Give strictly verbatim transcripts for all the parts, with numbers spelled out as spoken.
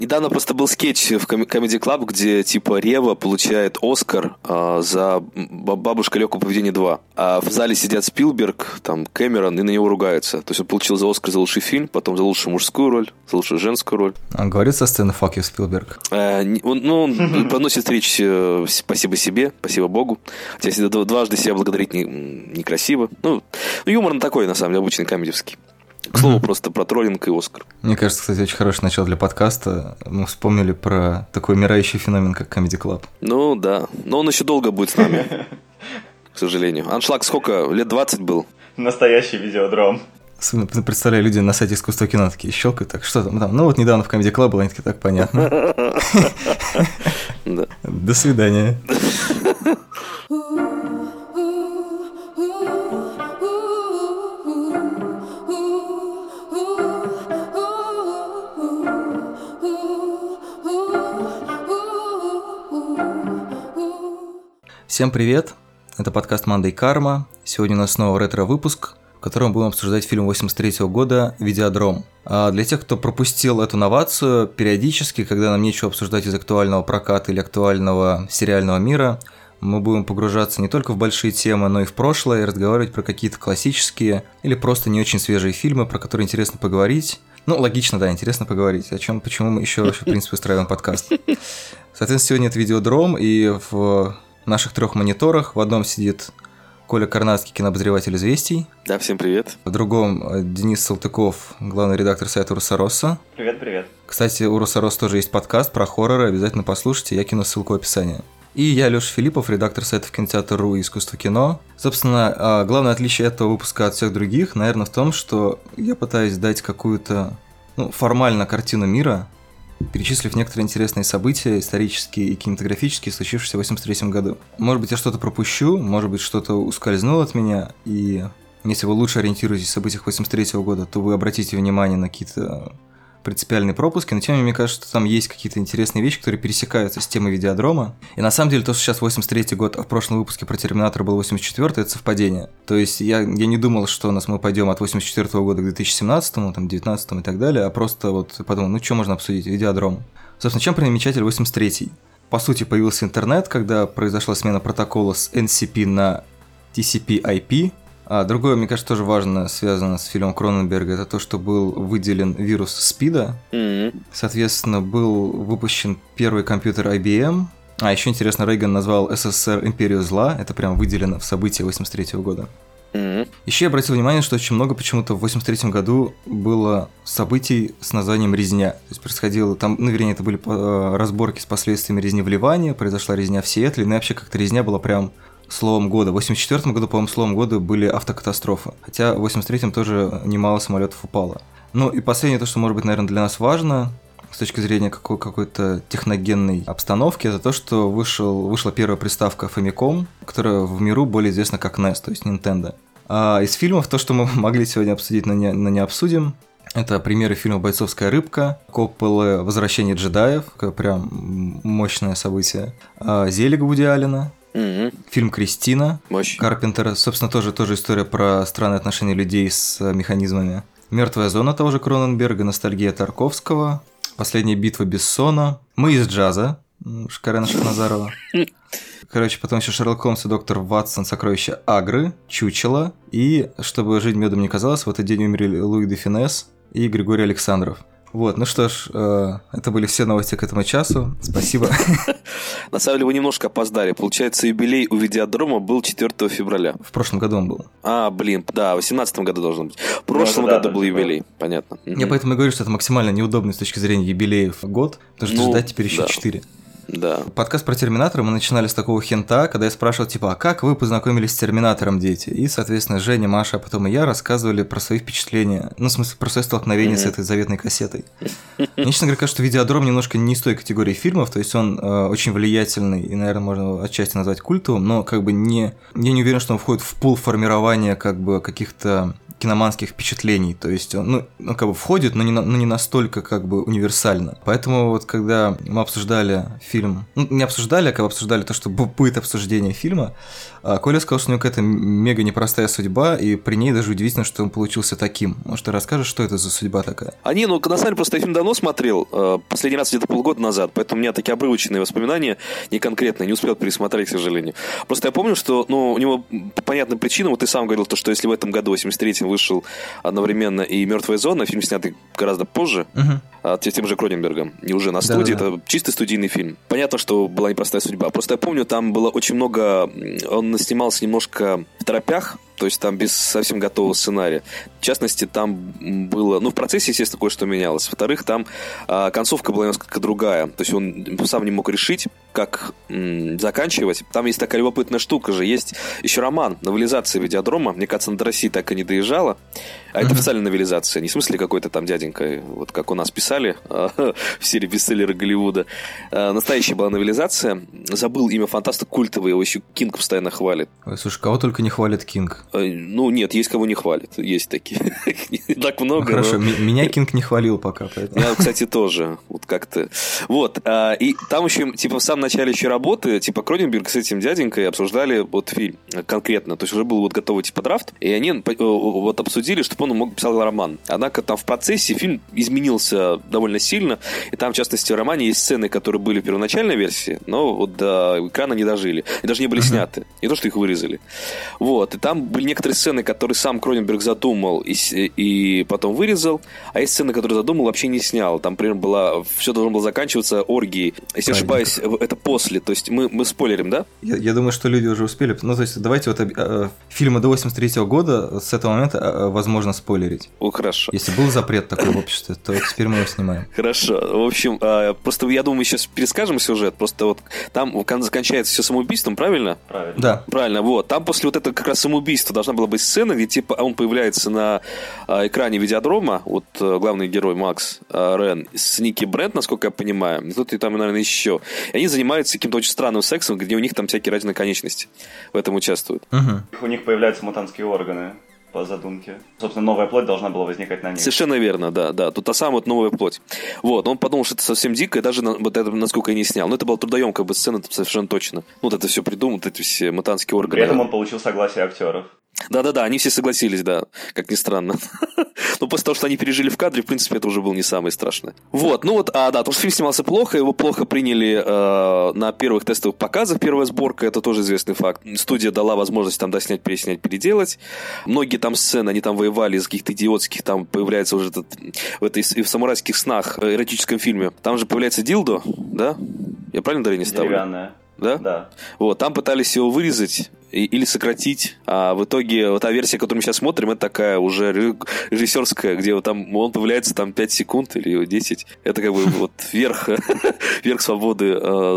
Недавно просто был скетч в Comedy Club, где типа Рева получает Оскар а, за «Бабушка легкого поведения два». А в зале сидят Спилберг, там Кэмерон, и на него ругаются. То есть он получил за Оскар за лучший фильм, потом за лучшую мужскую роль, за лучшую женскую роль. Он говорит со сцены «Fuck you, Спилберг». А, он, ну, он проносит речь «Спасибо себе, спасибо Богу». Хотя если дважды себя благодарить не, некрасиво. Ну, юмор такой, на самом деле, обычный комедиевский. К слову, mm-hmm. просто про троллинг и Оскар. Мне кажется, кстати, очень хорошее начало для подкаста. Мы вспомнили про такой умирающий феномен, как Comedy Club. Ну да, но он еще долго будет с нами, к сожалению. Аншлаг сколько? Лет двадцать был? Настоящий видеодром. Представляю, люди на сайте «Искусство кино» такие щелкают, так что там, там, ну вот недавно в Comedy Club было, они такие, так, понятно. До свидания. Всем привет, это подкаст Monday Karma. Сегодня у нас снова ретро-выпуск, в котором мы будем обсуждать фильм восемьдесят третьего года «Видеодром». А для тех, кто пропустил эту новацию, периодически, когда нам нечего обсуждать из актуального проката или актуального сериального мира, мы будем погружаться не только в большие темы, но и в прошлое, и разговаривать про какие-то классические или просто не очень свежие фильмы, про которые интересно поговорить. Ну, логично, да, интересно поговорить. О чем, почему мы еще, в принципе, устраиваем подкаст. Соответственно, сегодня это «Видеодром», и в наших трех мониторах в одном сидит Коля Карнацкий, кинообозреватель «Известий». Да, всем привет. В другом Денис Салтыков, главный редактор сайта Уросороса. Привет-привет. Кстати, у Уросорос тоже есть подкаст про хорроры, обязательно послушайте, я кину ссылку в описании. И я, Лёша Филиппов, редактор сайтов Кинотеатр.ру и Искусство кино. Собственно, главное отличие этого выпуска от всех других, наверное, в том, что я пытаюсь дать какую-то, ну, формально картину мира, перечислив некоторые интересные события, исторические и кинематографические, случившиеся в восемьдесят третьем году. Может быть, я что-то пропущу, может быть, что-то ускользнуло от меня, и если вы лучше ориентируетесь в событиях восемьдесят третьего года, то вы обратите внимание на какие-то принципиальные пропуски, но тем не менее, мне кажется, что там есть какие-то интересные вещи, которые пересекаются с темой «Видеодрома». И на самом деле то, что сейчас восемьдесят третий год, а в прошлом выпуске про «Терминатор» был восемьдесят четвёртый, это совпадение. То есть я, я не думал, что у нас мы пойдем от восемьдесят четвёртого года к две тысячи семнадцатому, там, девятнадцатому и так далее, а просто вот подумал, ну что можно обсудить? «Видеодром». Собственно, чем примечатель восемьдесят третий? По сути, появился интернет, когда произошла смена протокола с эн си пи на ти си пи ай пи. А другое, мне кажется, тоже важно, связано с фильмом Кроненберга, это то, что был выделен вирус СПИДа. Mm-hmm. Соответственно, был выпущен первый компьютер ай би эм. А еще интересно, Рейган назвал эс эс эс эр империю зла. Это прям выделено в события восемьдесят третьего года. Mm-hmm. Еще я обратил внимание, что очень много почему-то в восемьдесят третьем году было событий с названием «Резня». То есть происходило там, ну, вернее, это были разборки с последствиями резни в Ливане, произошла резня в Сиэтле, ну и вообще как-то резня была прям словом года. В восемьдесят четвёртом году, по-моему, словом года были автокатастрофы. Хотя в восемьдесят третьем тоже немало самолетов упало. Ну и последнее, то, что может быть, наверное, для нас важно с точки зрения какой- какой-то техногенной обстановки, это то, что вышел, вышла первая приставка Famicom, которая в миру более известна как эн и эс, то есть Nintendo. А из фильмов, то, что мы могли сегодня обсудить, но не, но не обсудим, это примеры фильма «Бойцовская рыбка», Копполы «Возвращение джедаев», такое прям мощное событие, «Зелик» Вуди Аллена, Mm-hmm. фильм «Кристина» Мощь. Карпентера, собственно, тоже, тоже история про странные отношения людей с механизмами. «Мертвая зона» того же Кроненберга, «Ностальгия» Тарковского, «Последняя битва» Бессона, «Мы из джаза» Карена Шахназарова. Короче, потом еще «Шерлок Холмс и доктор Ватсон. Сокровища Агры», «Чучело» и «Чтобы жить медом не казалось», в этот день умерли Луи де Финес и Григорий Александров. Вот, ну что ж, э, это были все новости к этому часу. Спасибо. На самом деле вы немножко опоздали. Получается, юбилей у «Видеодрома» был четвёртого февраля. В прошлом году он был. А, блин, да, в восемнадцатом году должен быть. В прошлом да, году да, был юбилей, понятно. Я поэтому и говорю, что это максимально неудобный с точки зрения юбилеев год, потому что ну, ждать теперь еще четыре. Да. Подкаст про «Терминатора» мы начинали с такого хинта, когда я спрашивал, типа, а как вы познакомились с «Терминатором», дети? И, соответственно, Женя, Маша, а потом и я рассказывали про свои впечатления, ну, в смысле, про свои столкновения mm-hmm. с этой заветной кассетой. Мне, честно говоря, кажется, что «Видеодром» немножко не из той категории фильмов, то есть он э, очень влиятельный и, наверное, можно отчасти назвать культовым, но как бы не... Я не уверен, что он входит в пул формирования как бы каких-то киноманских впечатлений, то есть он, ну, ну как бы входит, но не, на, но не настолько как бы универсально. Поэтому вот когда мы обсуждали фильм, ну не обсуждали, а как бы обсуждали то, что будет обсуждение фильма, Коля сказал, что у него какая-то мега непростая судьба, и при ней даже удивительно, что он получился таким. Может, ты расскажешь, что это за судьба такая? А не, ну на самом деле просто я фильм давно смотрел, последний раз где-то полгода назад, поэтому у меня такие обрывочные воспоминания, не конкретные, не успел пересмотреть, к сожалению. Просто я помню, что, ну, у него по понятным причинам, вот ты сам говорил, то, что если в этом году, в восемьдесят третьем, вышел одновременно и «Мертвая зона», фильм снятый гораздо позже, угу. тем же Кроненбергом, не уже на студии, да, да, да. Это чистый студийный фильм. Понятно, что была непростая судьба. Просто я помню, там было очень много, он снимался немножко в торопях, то есть там без совсем готового сценария. В частности, там было... Ну, в процессе, естественно, кое-что менялось. Во-вторых, там а, концовка была несколько другая. То есть он сам не мог решить, как м- заканчивать. Там есть такая любопытная штука же. Есть еще роман «Новелизация видеодрома». Мне кажется, до России так и не доезжала. А mm-hmm. это официальная новелизация. Не в смысле какой-то там дяденька, вот как у нас писали в серии бестселлеры Голливуда. Настоящая была новелизация. Забыл имя фантаста культовый. Его еще Кинг постоянно хвалит. Ой, слушай, кого только не хвалит Кинг. Ну, нет, есть кого не хвалит. Есть такие. Так много. Ну, хорошо, но... меня Кинг не хвалил пока. Поэтому... Я, кстати, тоже. Вот как-то. Вот. И там еще, типа, в самом начале еще работы, типа, Кроненберг с этим дяденькой обсуждали вот фильм конкретно. То есть уже был вот готовый, типа, драфт. И они вот обсудили, чтобы он мог писать роман. Однако там в процессе фильм изменился довольно сильно. И там, в частности, в романе есть сцены, которые были в первоначальной версии, но вот до экрана не дожили. И даже не были сняты. Не то, что их вырезали. Вот. И там были некоторые сцены, которые сам Кроненберг задумал и, и потом вырезал, а есть сцены, которые задумал, вообще не снял. Там, например, была, все должно было заканчиваться оргией. Если не ошибаюсь, это после. То есть мы, мы спойлерим, да? Я, я думаю, что люди уже успели. Ну, то есть давайте вот э, фильмы до восемьдесят третьего года с этого момента э, возможно спойлерить. О, хорошо. Если был запрет такой в обществе, то теперь мы его снимаем. Хорошо. В общем, э, просто я думаю, сейчас перескажем сюжет. Просто вот там заканчивается все самоубийством, правильно? Правильно. Да. Правильно, вот. Там после вот этого как раз самоубийства должна была быть сцена, где типа он появляется на э, экране видеодрома, вот э, главный герой Макс э, Рен, с Ники Брент, насколько я понимаю, и тут и там, наверное, еще. И они занимаются каким-то очень странным сексом, где у них там всякие разные конечности в этом участвуют. Угу. У них появляются мутантские органы. По задумке. Собственно, новая плоть должна была возникать на них. Совершенно верно, да, да. Тут та самая вот новая плоть. Вот, он подумал, что это совсем дико, и даже вот это, насколько я не снял. Но это была трудоемкая бы сцена, совершенно точно. Ну, вот это все придумал, вот эти все мутантские органы. При этом он получил согласие актеров. Да-да-да, они все согласились, да, как ни странно. Но после того, что они пережили в кадре, в принципе, это уже было не самое страшное. Вот, ну вот, а, да, потому что фильм снимался плохо, его плохо приняли э, на первых тестовых показах, первая сборка, это тоже известный факт. Студия дала возможность там доснять, переснять, переделать. Многие там сцены, они там воевали из каких-то идиотских, там появляется уже этот, в этой в «Самурайских снах», эротическом фильме, там же появляется дилдо, да? Я правильно ударение ставлю? Деревянная. Да? Да. Вот, там пытались его вырезать или сократить, а в итоге вот та версия, которую мы сейчас смотрим, это такая уже режиссерская, где вот там он появляется там пять секунд или десять. Это как бы вот верх, верх свободы,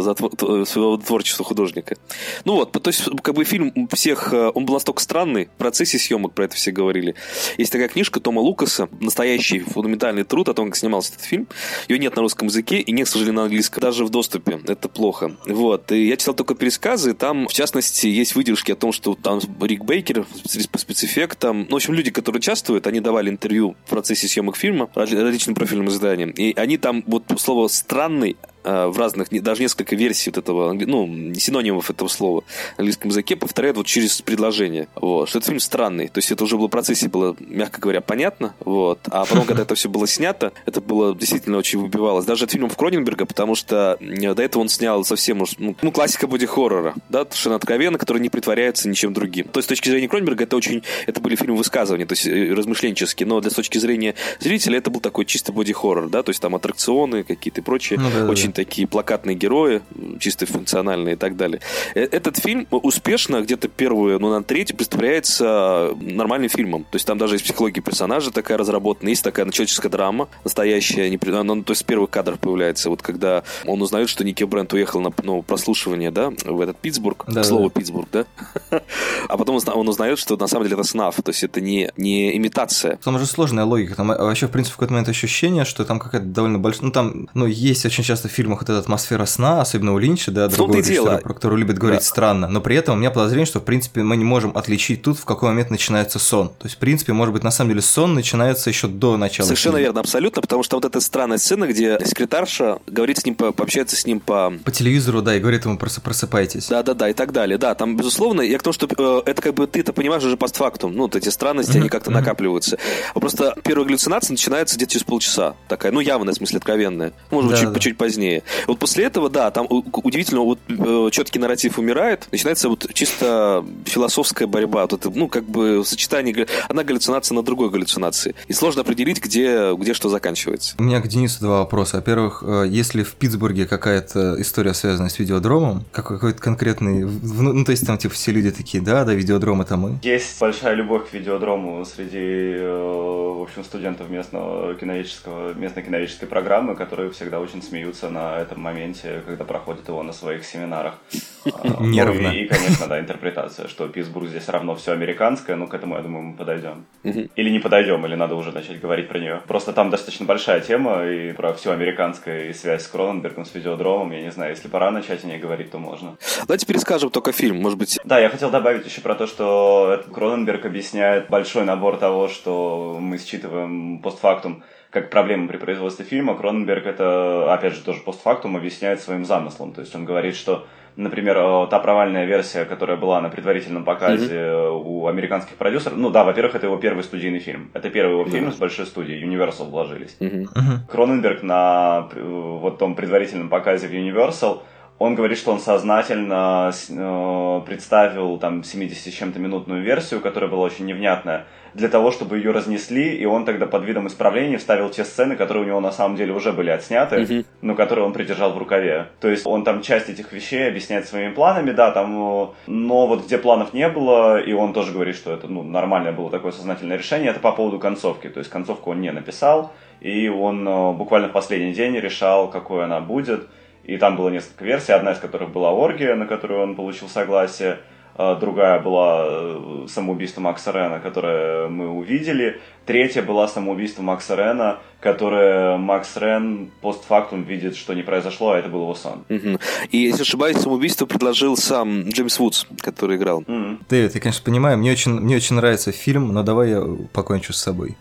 свободы творчества художника. Ну вот, то есть как бы фильм всех, он был настолько странный, в процессе съемок про это все говорили. Есть такая книжка Тома Лукаса, настоящий фундаментальный труд о том, как снимался этот фильм. Ее нет на русском языке и нет, к сожалению, на английском. Даже в доступе. Это плохо. Вот. И я читал только пересказы, и там, в частности, есть выдержки о том, что там Рик Бейкер по спецэффектам, ну, в общем, люди, которые участвуют, они давали интервью в процессе съемок фильма различным профильным изданиям, и они там, вот слово «странный», в разных, даже несколько версий вот этого, ну, синонимов этого слова на английском языке повторяют вот через предложение. Вот. Что этот фильм странный. То есть это уже было в процессе, было, мягко говоря, понятно. Вот. А потом, когда это все было снято, это было действительно очень выбивалось. Даже от фильмов Кроненберга, потому что до этого он снял совсем уж, ну, классика боди-хоррора, да, совершенно откровенно, который не притворяется ничем другим. То есть с точки зрения Кроненберга это очень, это были фильмы высказывания, то есть размышленческие, но для с точки зрения зрителя это был такой чисто боди-хоррор, да, то есть там аттракционы какие-то и прочее, ну, да, очень да. Такие плакатные герои, чисто функциональные и так далее. Этот фильм успешно где-то первую, ну, на третью представляется нормальным фильмом. То есть там даже есть психология персонажа такая разработана, есть такая человеческая драма настоящая, ну, то есть с первых кадров появляется, вот когда он узнает, что Ники Брент уехал на ну, прослушивание, да, в этот Питтсбург, да, слово да. Питтсбург, да, а потом он узнает, что на самом деле это снаф, то есть это не, не имитация. Там же сложная логика, там вообще, в принципе, в какой-то момент ощущение, что там какая-то довольно большая, ну, там, ну, есть очень часто в фильмах вот эта атмосфера сна, особенно у Линча, да, другого режиссера, про которого любят говорить да. странно, но при этом у меня подозрение, что, в принципе, мы не можем отличить тут, в какой момент начинается сон. То есть, в принципе, может быть, на самом деле сон начинается еще до начала Совершенно фильма. верно, абсолютно, потому что вот эта странная сцена, где секретарша говорит с ним, пообщается с ним по... По телевизору, да, и говорит ему просто просыпайтесь. Да-да-да, и так далее. Да, там, безусловно, я к тому, что э, это как бы ты это понимаешь уже постфактум. Ну, вот эти странности, mm-hmm. они как-то mm-hmm. накапливаются. А просто первая галлюцинация начинается где-то через полчаса. Такая, ну, явная, в смысле, откровенная. Может быть, да, чуть, да. чуть позднее. Вот после этого, да, там удивительно, вот э, четкий нарратив умирает, начинается вот чисто философская борьба. Вот это, ну, как бы сочетание, одна галлюцинация на другой галлюцинации. И сложно определить, где, где что заканчивается. У меня к Денису два вопроса. Во-первых, если в Питтсбурге какая-то история, связанная с видеодромом, какой-то конкретный... Ну, то есть там, типа, все люди такие, да, да, видеодром — это мы. Есть большая любовь к видеодрому среди, в общем, студентов местного киноведческого, местной киноведческой программы, которые всегда очень смеются на этом моменте, когда проходят его на своих семинарах. Нервно. Ну, и, и, конечно, да, интерпретация, что Питтсбург здесь равно все американское, ну, к этому, я думаю, мы подойдем. Или не подойдем, или надо уже начать говорить про нее. Просто там достаточно большая тема, и про все американское, и связь с Кроненбергом, с видеодромом, я не знаю, если пора начать о ней говорить, то можно. Давайте перескажем только фильм, может быть. Да, я хотел добавить еще про то, что Кроненберг объясняет большой набор того, что мы считываем постфактум как проблему при производстве фильма. Кроненберг это, опять же, тоже постфактум объясняет своим замыслом. То есть он говорит, что, например, та провальная версия, которая была на предварительном показе mm-hmm. у американских продюсеров, ну да, во-первых, это его первый студийный фильм. Это первый его mm-hmm. фильм с большой студией, Universal вложились. Mm-hmm. Кроненберг на вот том предварительном показе в Universal, он говорит, что он сознательно э, представил там семьдесят с чем-то минутную версию, которая была очень невнятная, для того, чтобы ее разнесли, и он тогда под видом исправления вставил те сцены, которые у него на самом деле уже были отсняты, mm-hmm. но которые он придержал в рукаве. То есть он там часть этих вещей объясняет своими планами, да, там, но вот где планов не было, и он тоже говорит, что это ну, нормальное было такое сознательное решение, это по поводу концовки. То есть концовку он не написал, и он э, буквально в последний день решал, какой она будет. И там было несколько версий, одна из которых была оргия, на которую он получил согласие, другая была самоубийство Макса Рена, которое мы увидели, третья была самоубийство Макса Рена, которое Макс Рен постфактум видит, что не произошло, а это был его сон. Угу. И, если ошибаюсь, самоубийство предложил сам Джеймс Вудс, который играл. Mm. Дэвид, я, конечно, понимаю, мне очень, мне очень нравится фильм, но давай я покончу с собой.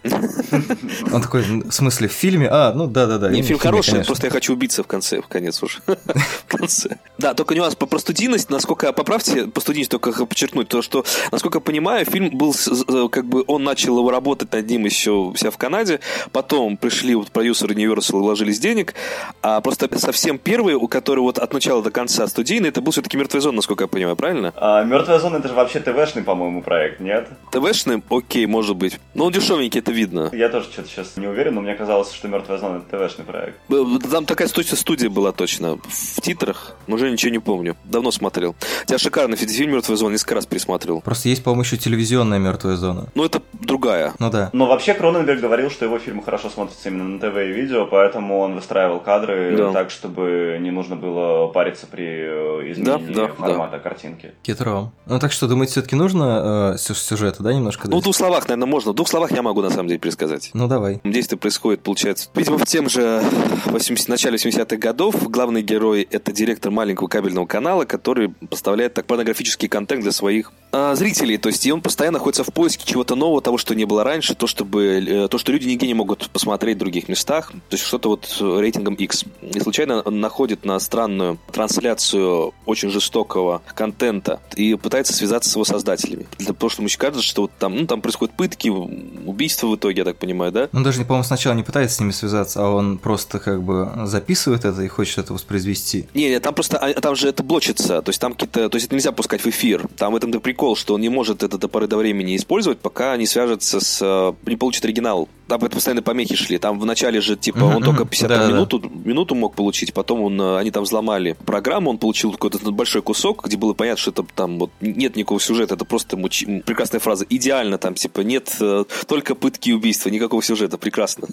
Он такой, в смысле, в фильме? А, ну да-да-да. Не, фильм хороший, просто я хочу убиться в конце, в конец уже. В конце. Да, только нюанс по студийности, насколько, поправьте, по студийности только подчеркнуть, то, что, насколько я понимаю, фильм был, как бы, он начал его работать над ним еще у себя в Канаде, потом пришли вот продюсеры Universal и вложились денег, а просто совсем первый, у которого вот от начала до конца студийный, это был все-таки «Мертвая зона», насколько я понимаю, правильно? А, «Мертвая зона» — это же вообще ТВшный, по-моему, проект, нет? ТВшный? Окей, может быть. Но он дешевенький, это видно. Я тоже что-то сейчас не уверен, но мне казалось, что «Мертвая зона» — это ТВшный проект. Там такая студия была точно. В титрах, но уже ничего не помню. Давно смотрел. У тебя шикарный фильм «Мертвая зона», несколько раз пересмотрел. Просто есть, по-моему, еще телевизионная «Мертвая зона». Ну, это другая. Ну да. Но вообще Кроненберг говорил, что его фильмы хорошо смотрятся именно на ТВ и видео, поэтому он выстраивал кадры да. так, чтобы не нужно было париться при изменении да, да, формата да. картинки. Хитро. Ну так что, думаете, все-таки нужно э, сюжета, да, немножко? Ну, в двух словах, наверное, можно. В двух словах я могу, на самом деле, пересказать. Ну, давай. Действие происходит, получается, видимо, в тем же восьмидесятых, начале восьмидесятых годов. Главный герой – это директор маленького кабельного канала, который поставляет так порнографический контент для своих э, зрителей. То есть, и он постоянно находится в поиске чего-то нового, того, что не было раньше, то, чтобы, э, то, что люди нигде не могут посмотреть в других местах. То есть, что-то вот рейтингом X. И случайно он находит на странную трансляцию очень жестокого контента и пытается связаться с его создателями. Для того, что ему кажется, что вот там, ну, там происходят пытки, убийства в итоге, я так понимаю, да? Он даже, по-моему, сначала не пытается с ними связаться, а он просто как бы записывает это и хочет это воспроизвести. Не, не, там просто, там же это блочится, то есть там какие-то, то есть это нельзя пускать в эфир. Там в этом-то прикол, что он не может это до поры до времени использовать, пока не свяжется с, не получит оригинал. Там это постоянно помехи шли. Там в начале же, типа, mm-hmm, он только пятьдесят да, минуту, да. минуту мог получить, потом он, они там взломали программу, он получил какой-то большой кусок, где было понятно, что это там вот нет никакого сюжета, это просто муч... прекрасная фраза. Идеально там, типа, нет только пытки и убийства, никакого сюжета, прекрасно.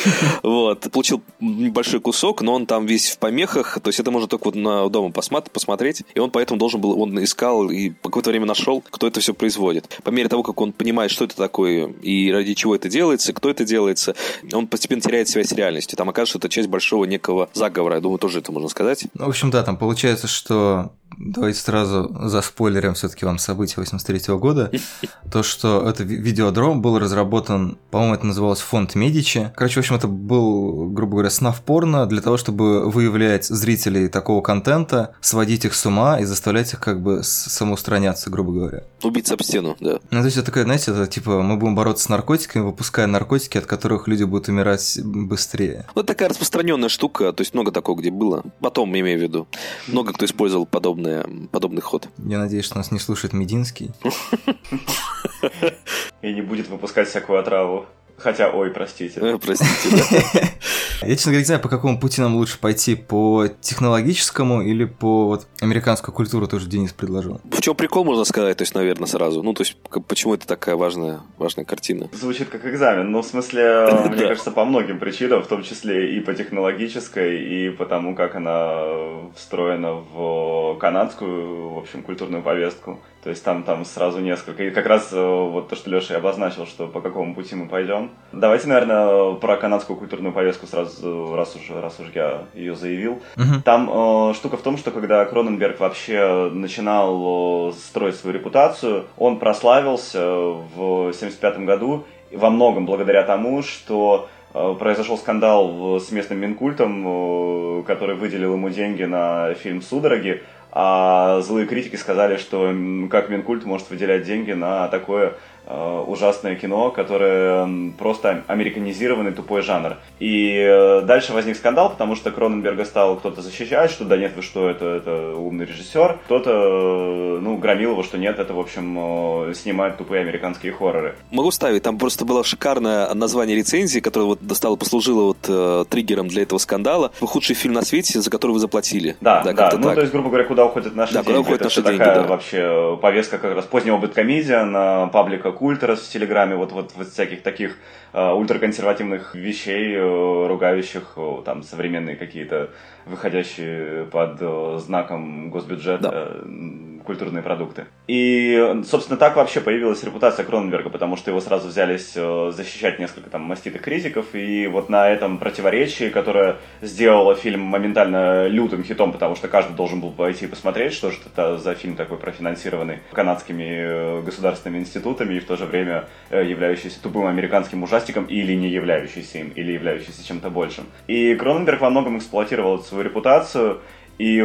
Вот. Получил большой кусок, но он там весь в помехах, то есть это можно только вот на дома посмотреть, и он поэтому должен был, он искал и какое-то время нашел, кто это все производит. По мере того, как он понимает, что это такое и ради чего это делается, кто это делается, он постепенно теряет связь с реальностью. Там окажется, что это часть большого некого заговора. Я думаю, тоже это можно сказать. Ну, в общем, да, там получается, что... Давайте сразу заспойлерим все-таки вам события восемьдесят третьего года. То, что это видеодром был разработан, по-моему, это называлось фонд Медичи. Короче, в общем, это был, грубо говоря, снаф порно для того, чтобы выявлять зрителей такого контента, сводить их с ума и заставлять их как бы самоустраняться, грубо говоря. Убиться об стену, да. Ну, то есть это такое, знаете, это типа мы будем бороться с наркотиками, выпуская наркотики, от которых люди будут умирать быстрее. Вот такая распространенная штука, то есть много такого, где было. Потом, имею в виду, много кто использовал подобное подобный ход. Я надеюсь, что нас не слушает Мединский. И не будет выпускать всякую отраву. Хотя, ой, простите. Э, простите, да. Я, честно говоря, не знаю, по какому пути нам лучше пойти, по технологическому или по вот, американскую культуру, тоже Денис предложил. В чем прикол, можно сказать, то есть, наверное, сразу. Ну, то есть, почему это такая важная, важная картина? Звучит как экзамен, но в смысле, мне кажется, по многим причинам, в том числе и по технологической, и по тому, как она встроена в канадскую, в общем, культурную повестку. То есть там, там сразу несколько. И как раз вот то, что Леша и обозначил, что по какому пути мы пойдем. Давайте, наверное, про канадскую культурную повестку сразу, раз уж, раз уж я ее заявил. Uh-huh. Там э, штука в том, что когда Кроненберг вообще начинал строить свою репутацию, он прославился в семьдесят пятом году во многом благодаря тому, что произошел скандал с местным Минкультом, который выделил ему деньги на фильм «Судороги», а злые критики сказали, что как Минкульт может выделять деньги на такое э, ужасное кино, которое просто американизированный тупой жанр. И э, дальше возник скандал, потому что Кроненберга стал кто-то защищать, что да нет, вы что, это, это умный режиссер. Кто-то э, ну, громил его, что нет, это, в общем, э, снимает тупые американские хорроры. Могу ставить, там просто было шикарное название рецензии, которое вот достало, послужило вот, э, триггером для этого скандала. Худший фильм на свете, за который вы заплатили. Да, да, да. Ну, так. То есть, грубо говоря, куда уходят наши да, деньги. Куда уходят это наши деньги, такая да. вообще повестка как раз позднего бэдкомедиа на паблика Культерас в Телеграме, вот, вот, вот всяких таких э, ультраконсервативных вещей, э, ругающих э, там современные какие-то, выходящие под э, знаком госбюджета да. э, культурные продукты. И, собственно, так вообще появилась репутация Кроненберга, потому что его сразу взялись э, защищать несколько там маститых критиков, и вот на этом противоречии, которое сделало фильм моментально лютым хитом, потому что каждый должен был пойти посмотреть, что же это за фильм такой профинансированный канадскими государственными институтами и в то же время являющийся тупым американским ужастиком или не являющийся им, или являющийся чем-то большим. И Кроненберг во многом эксплуатировал свою репутацию, и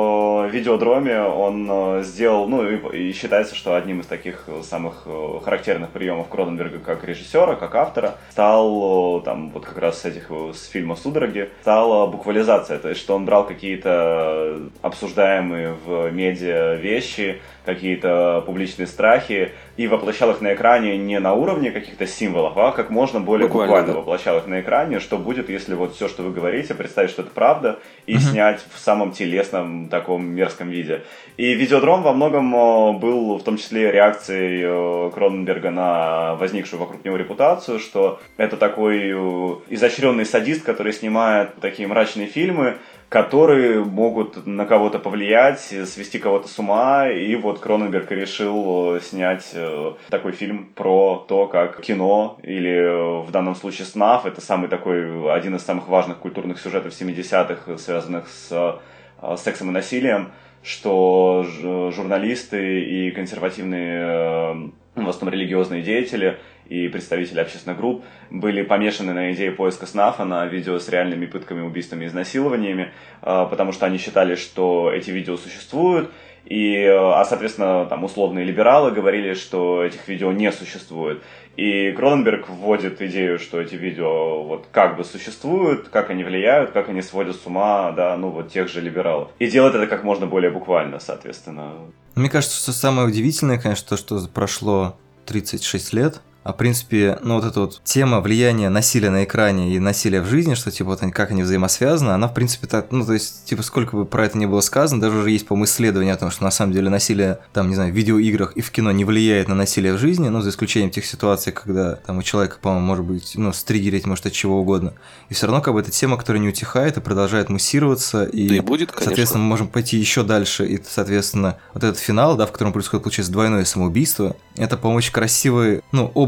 в «Видеодроме» он сделал, ну и считается, что одним из таких самых характерных приемов Кроненберга как режиссера, как автора, стал, там, вот как раз с этих, с фильма «Судороги», стала буквализация, то есть, что он брал какие-то обсуждаемые в медиа вещи, какие-то публичные страхи, и воплощал их на экране не на уровне каких-то символов, а как можно более буквально, буквально да. воплощал их на экране, что будет, если вот все, что вы говорите, представить, что это правда, и uh-huh. снять в самом телесном, таком мерзком виде. И «Видеодром» во многом был в том числе реакцией Кроненберга на возникшую вокруг него репутацию, что это такой изощренный садист, который снимает такие мрачные фильмы, которые могут на кого-то повлиять, свести кого-то с ума, и вот Кроненберг решил снять такой фильм про то, как кино, или в данном случае СНАФ, это самый такой, один из самых важных культурных сюжетов семидесятых, связанных с сексом и насилием, что журналисты и консервативные, в основном религиозные деятели и представители общественных групп были помешаны на идее поиска СНАФа, на видео с реальными пытками, убийствами и изнасилованиями, потому что они считали, что эти видео существуют, и, а, соответственно, там условные либералы говорили, что этих видео не существует. И Кроненберг вводит идею, что эти видео вот как бы существуют, как они влияют, как они сводят с ума, да, ну вот тех же либералов. И делает это как можно более буквально, соответственно. Мне кажется, что самое удивительное, конечно, то, что прошло тридцать шесть лет. А в принципе, ну вот эта вот тема влияния насилия на экране и насилия в жизни, что типа вот они, как они взаимосвязаны, она в принципе так, ну то есть типа сколько бы про это ни было сказано, даже уже есть, по-моему, исследования о том, что на самом деле насилие там, не знаю, в видеоиграх и в кино не влияет на насилие в жизни, ну за исключением тех ситуаций, когда там у человека, по-моему, может быть, ну стригерить может от чего угодно. И все равно как бы это тема, которая не утихает и продолжает муссироваться. И, да и будет, конечно. Соответственно, мы можем пойти еще дальше. И, соответственно, вот этот финал, да, в котором происходит, получается, двойное самоубийство, это, по-моему, очень красивый, ну, образ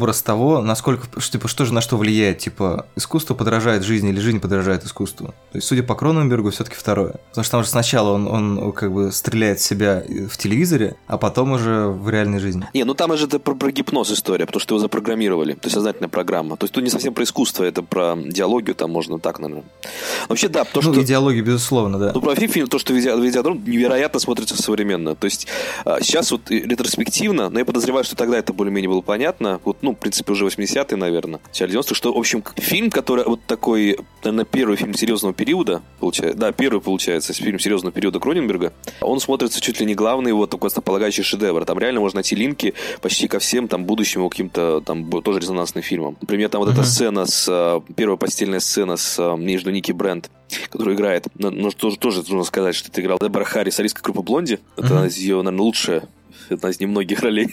образ того, насколько, типа, что же на что влияет, типа, искусство подражает жизни или жизнь подражает искусству. То есть, судя по Кроненбергу, все-таки второе. Потому что там же сначала он, он как бы стреляет в себя в телевизоре, а потом уже в реальной жизни. Не, ну там же это про, про гипноз история, потому что его запрограммировали, то есть сознательная программа. То есть тут не совсем про искусство, это про диалогию, там можно так, наверное. Вообще, да, то, ну, что... идеологию, безусловно, да. Ну, про фильм, то, что Видеодром невероятно смотрится современно. То есть сейчас вот ретроспективно, но я подозреваю, что тогда это более-менее было понятно, вот, ну, в принципе, уже восьмидесятые, наверное, начало девяностых, что, в общем, фильм, который вот такой, наверное, первый фильм серьезного периода, получается, да, первый, получается, фильм серьезного периода Кроненберга, он смотрится чуть ли не главный его такой основополагающий шедевр. Там реально можно найти линки почти ко всем там будущим его каким-то там тоже резонансным фильмам. Например, там вот uh-huh. эта сцена с первая постельная сцена с между Ники Брент, которую играет, ну, тоже, тоже нужно сказать, что это играл Дебора Харрис, солистка группы Блонди. Это uh-huh. из ее, наверное, лучшая, одна из немногих ролей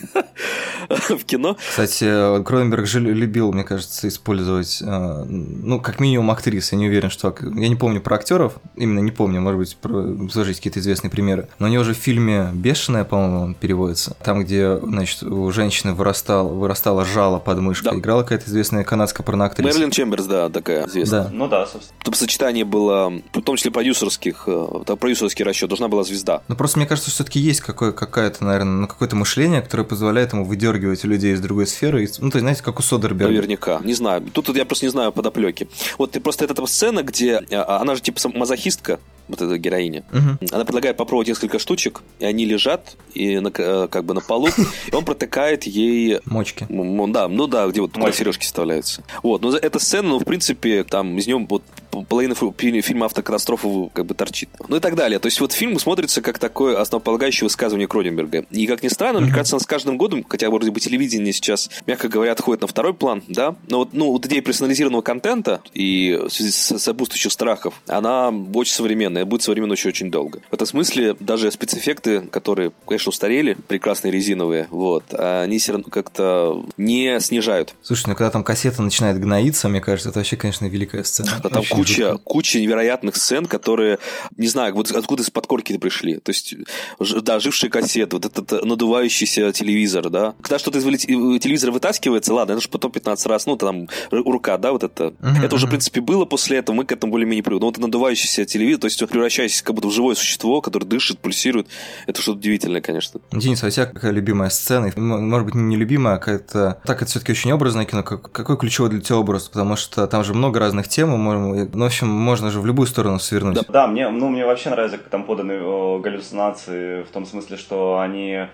в кино. Кстати, Кроненберг же любил, мне кажется, использовать, ну, как минимум актрис. Я не уверен, что... Я не помню про актеров, именно не помню, может быть, сложить какие-то известные примеры. Но у него же в фильме «Бешеная», по-моему, переводится. Там, где, значит, у женщины вырастало, вырастало жало под мышкой. Да. Играла какая-то известная канадская порноактриса. Мэрилин Чемберс, да, такая известная. Да. Ну да, собственно. Тут сочетание было, в том числе продюсерских, там, продюсерский расчет, должна была звезда. Ну, просто мне кажется, что все-таки есть какое- какая-то, наверное, ну, какое-то мышление, которое позволяет ему выдергивать людей из другой сферы. Ну, то есть, знаете, как у Содерберга. Наверняка. Не знаю. Тут я просто не знаю подоплеки. Вот ты просто эта сцена, где она же типа мазохистка, вот эта героиня. Uh-huh. Она предлагает попробовать несколько штучек, и они лежат и на, как бы на полу, и он протыкает ей... Мочки. Да, ну да, где вот туда сережки вставляются. Вот, но эта сцена, ну, в принципе, там из нее вот половина фильма «Автокатастрофа» как бы торчит. Ну и так далее. То есть вот фильм смотрится как такое основополагающее высказывание Кроненберга. И как ни странно, uh-huh. мне кажется, он с каждым годом, хотя вроде бы телевидение сейчас, мягко говоря, отходит на второй план, да, но вот, ну, вот идея персонализированного контента и в связи с сопутствующих страхов, она очень современная, будет современна еще очень долго. В этом смысле даже спецэффекты, которые, конечно, устарели, прекрасные резиновые, вот, они все равно как-то не снижают. Слушай, ну когда там кассета начинает гноиться, мне кажется, это вообще, конечно, великая сцена. Да, там куча, куча невероятных сцен, которые, не знаю, вот откуда из подкорки пришли. То есть, да, ожившие кассеты, вот этот надувающийся телевизор, да. Когда что-то из телевизора вытаскивается, ладно, это же потом пятнадцать раз, ну, там, рука, да, вот это. Uh-huh, это уже, uh-huh. в принципе, было после этого, мы к этому более-менее привыкли. Но вот надувающийся телевизор, то есть, превращаясь как будто в живое существо, которое дышит, пульсирует, это что-то удивительное, конечно. Денис, а у тебя какая любимая сцена? Может быть, не любимая, а какая-то... Так, это все-таки очень образное кино. Какой ключевой для тебя образ? Потому что там же много разных тем, ну, в общем, можно же в любую сторону свернуть. Да, да, мне, ну, мне вообще нравится, как там поданы о, галлюцинации, в том смысле, что они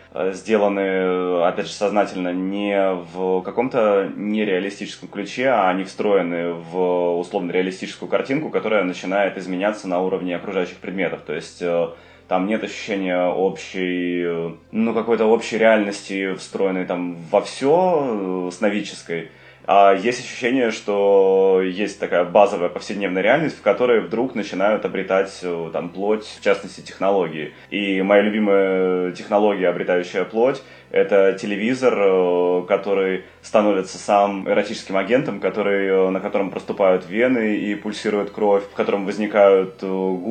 сделаны, опять же, сознательно не в каком-то нереалистическом ключе, а они встроены в условно-реалистическую картинку, которая начинает изменяться на уровне окружающих предметов. То есть там нет ощущения общей, ну, какой-то общей реальности, встроенной там во все сновидческой. А есть ощущение, что есть такая базовая повседневная реальность, в которой вдруг начинают обретать там плоть, в частности, технологии. И моя любимая технология, обретающая плоть, это телевизор, который становится сам эротическим агентом, который, на котором проступают вены и пульсирует кровь, в котором возникают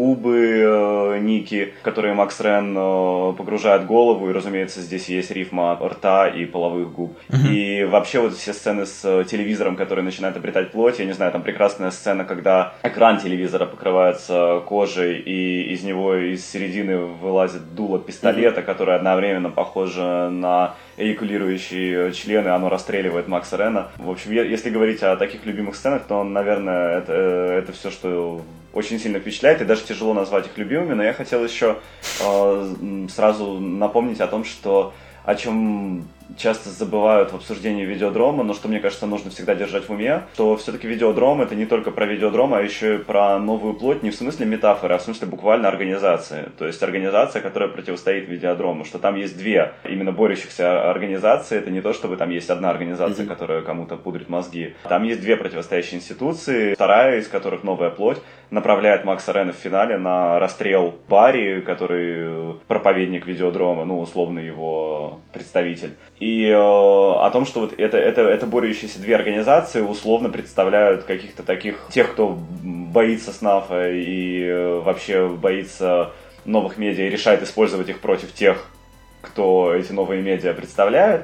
губы Ники, в которые Макс Рен погружает голову, и, разумеется, здесь есть рифма рта и половых губ. Mm-hmm. И вообще вот все сцены с телевизором, который начинает обретать плоть, я не знаю, там прекрасная сцена, когда экран телевизора покрывается кожей, и из него из середины вылазит дуло пистолета, mm-hmm. которое одновременно похоже на на эякулирующие члены, оно расстреливает Макса Рена. В общем, если говорить о таких любимых сценах, то, наверное, это, это все, что очень сильно впечатляет, и даже тяжело назвать их любимыми, но я хотел еще э, сразу напомнить о том, что о чем часто забывают в обсуждении видеодрома, но что, мне кажется, нужно всегда держать в уме, что все-таки видеодром — это не только про видеодром, а еще и про новую плоть, не в смысле метафоры, а в смысле буквально организации. То есть организация, которая противостоит видеодрому, что там есть две именно борющихся организации. Это не то, чтобы там есть одна организация, mm-hmm. которая кому-то пудрит мозги. Там есть две противостоящие институции, вторая из которых, новая плоть, направляет Макса Рена в финале на расстрел Барри, который проповедник видеодрома, ну, условно его представитель. И э, о том, что вот это, это, это борющиеся две организации условно представляют каких-то таких, тех, кто боится СНАФа и э, вообще боится новых медиа и решает использовать их против тех, кто эти новые медиа представляет.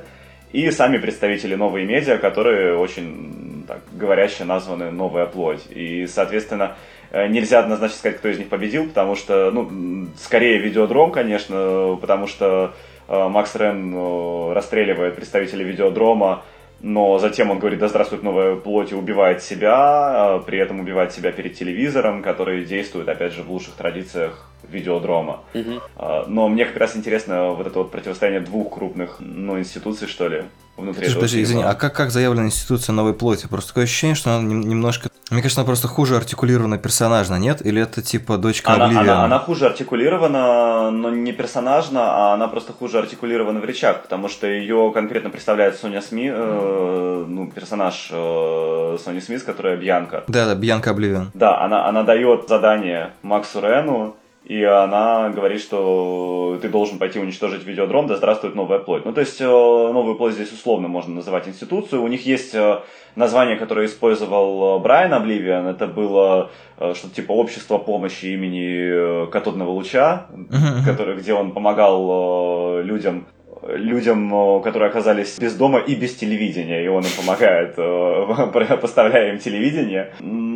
и сами представители новой медиа, которые очень так говоряще названы «Новая плоть». И, соответственно, нельзя однозначно сказать, кто из них победил, потому что, ну, скорее Видеодром, конечно, потому что Макс Рен расстреливает представителей Видеодрома, но затем он говорит: да здравствует новая плоть, и убивает себя, при этом убивает себя перед телевизором, который действует, опять же, в лучших традициях Видеодрома. Mm-hmm. Но мне как раз интересно вот это вот противостояние двух крупных, ну, институций, что ли, внутри Слушай, этого подожди, фильма. извини, а как, как заявлена институция новой плоти? Просто такое ощущение, что она немножко... Мне кажется, она просто хуже артикулирована персонажно, нет? Или это типа дочка она, Обливиона? Она, она хуже артикулирована, но не персонажно, а она просто хуже артикулирована в речах, потому что ее конкретно представляет Соня Смит, э, ну, персонаж э, Сони Смит, которая Бьянка. Да-да, Бьянка Обливион. Да, она, она дает задание Максу Рену, и она говорит, что ты должен пойти уничтожить Видеодром, да здравствует новая плоть. Ну, то есть, новую плоть здесь условно можно называть институцию. У них есть название, которое использовал Брайан Обливион. Это было что-то типа «Общество помощи имени Катодного луча», который, где он помогал людям, людям, которые оказались без дома и без телевидения, и он им помогает, поставляя им телевидение.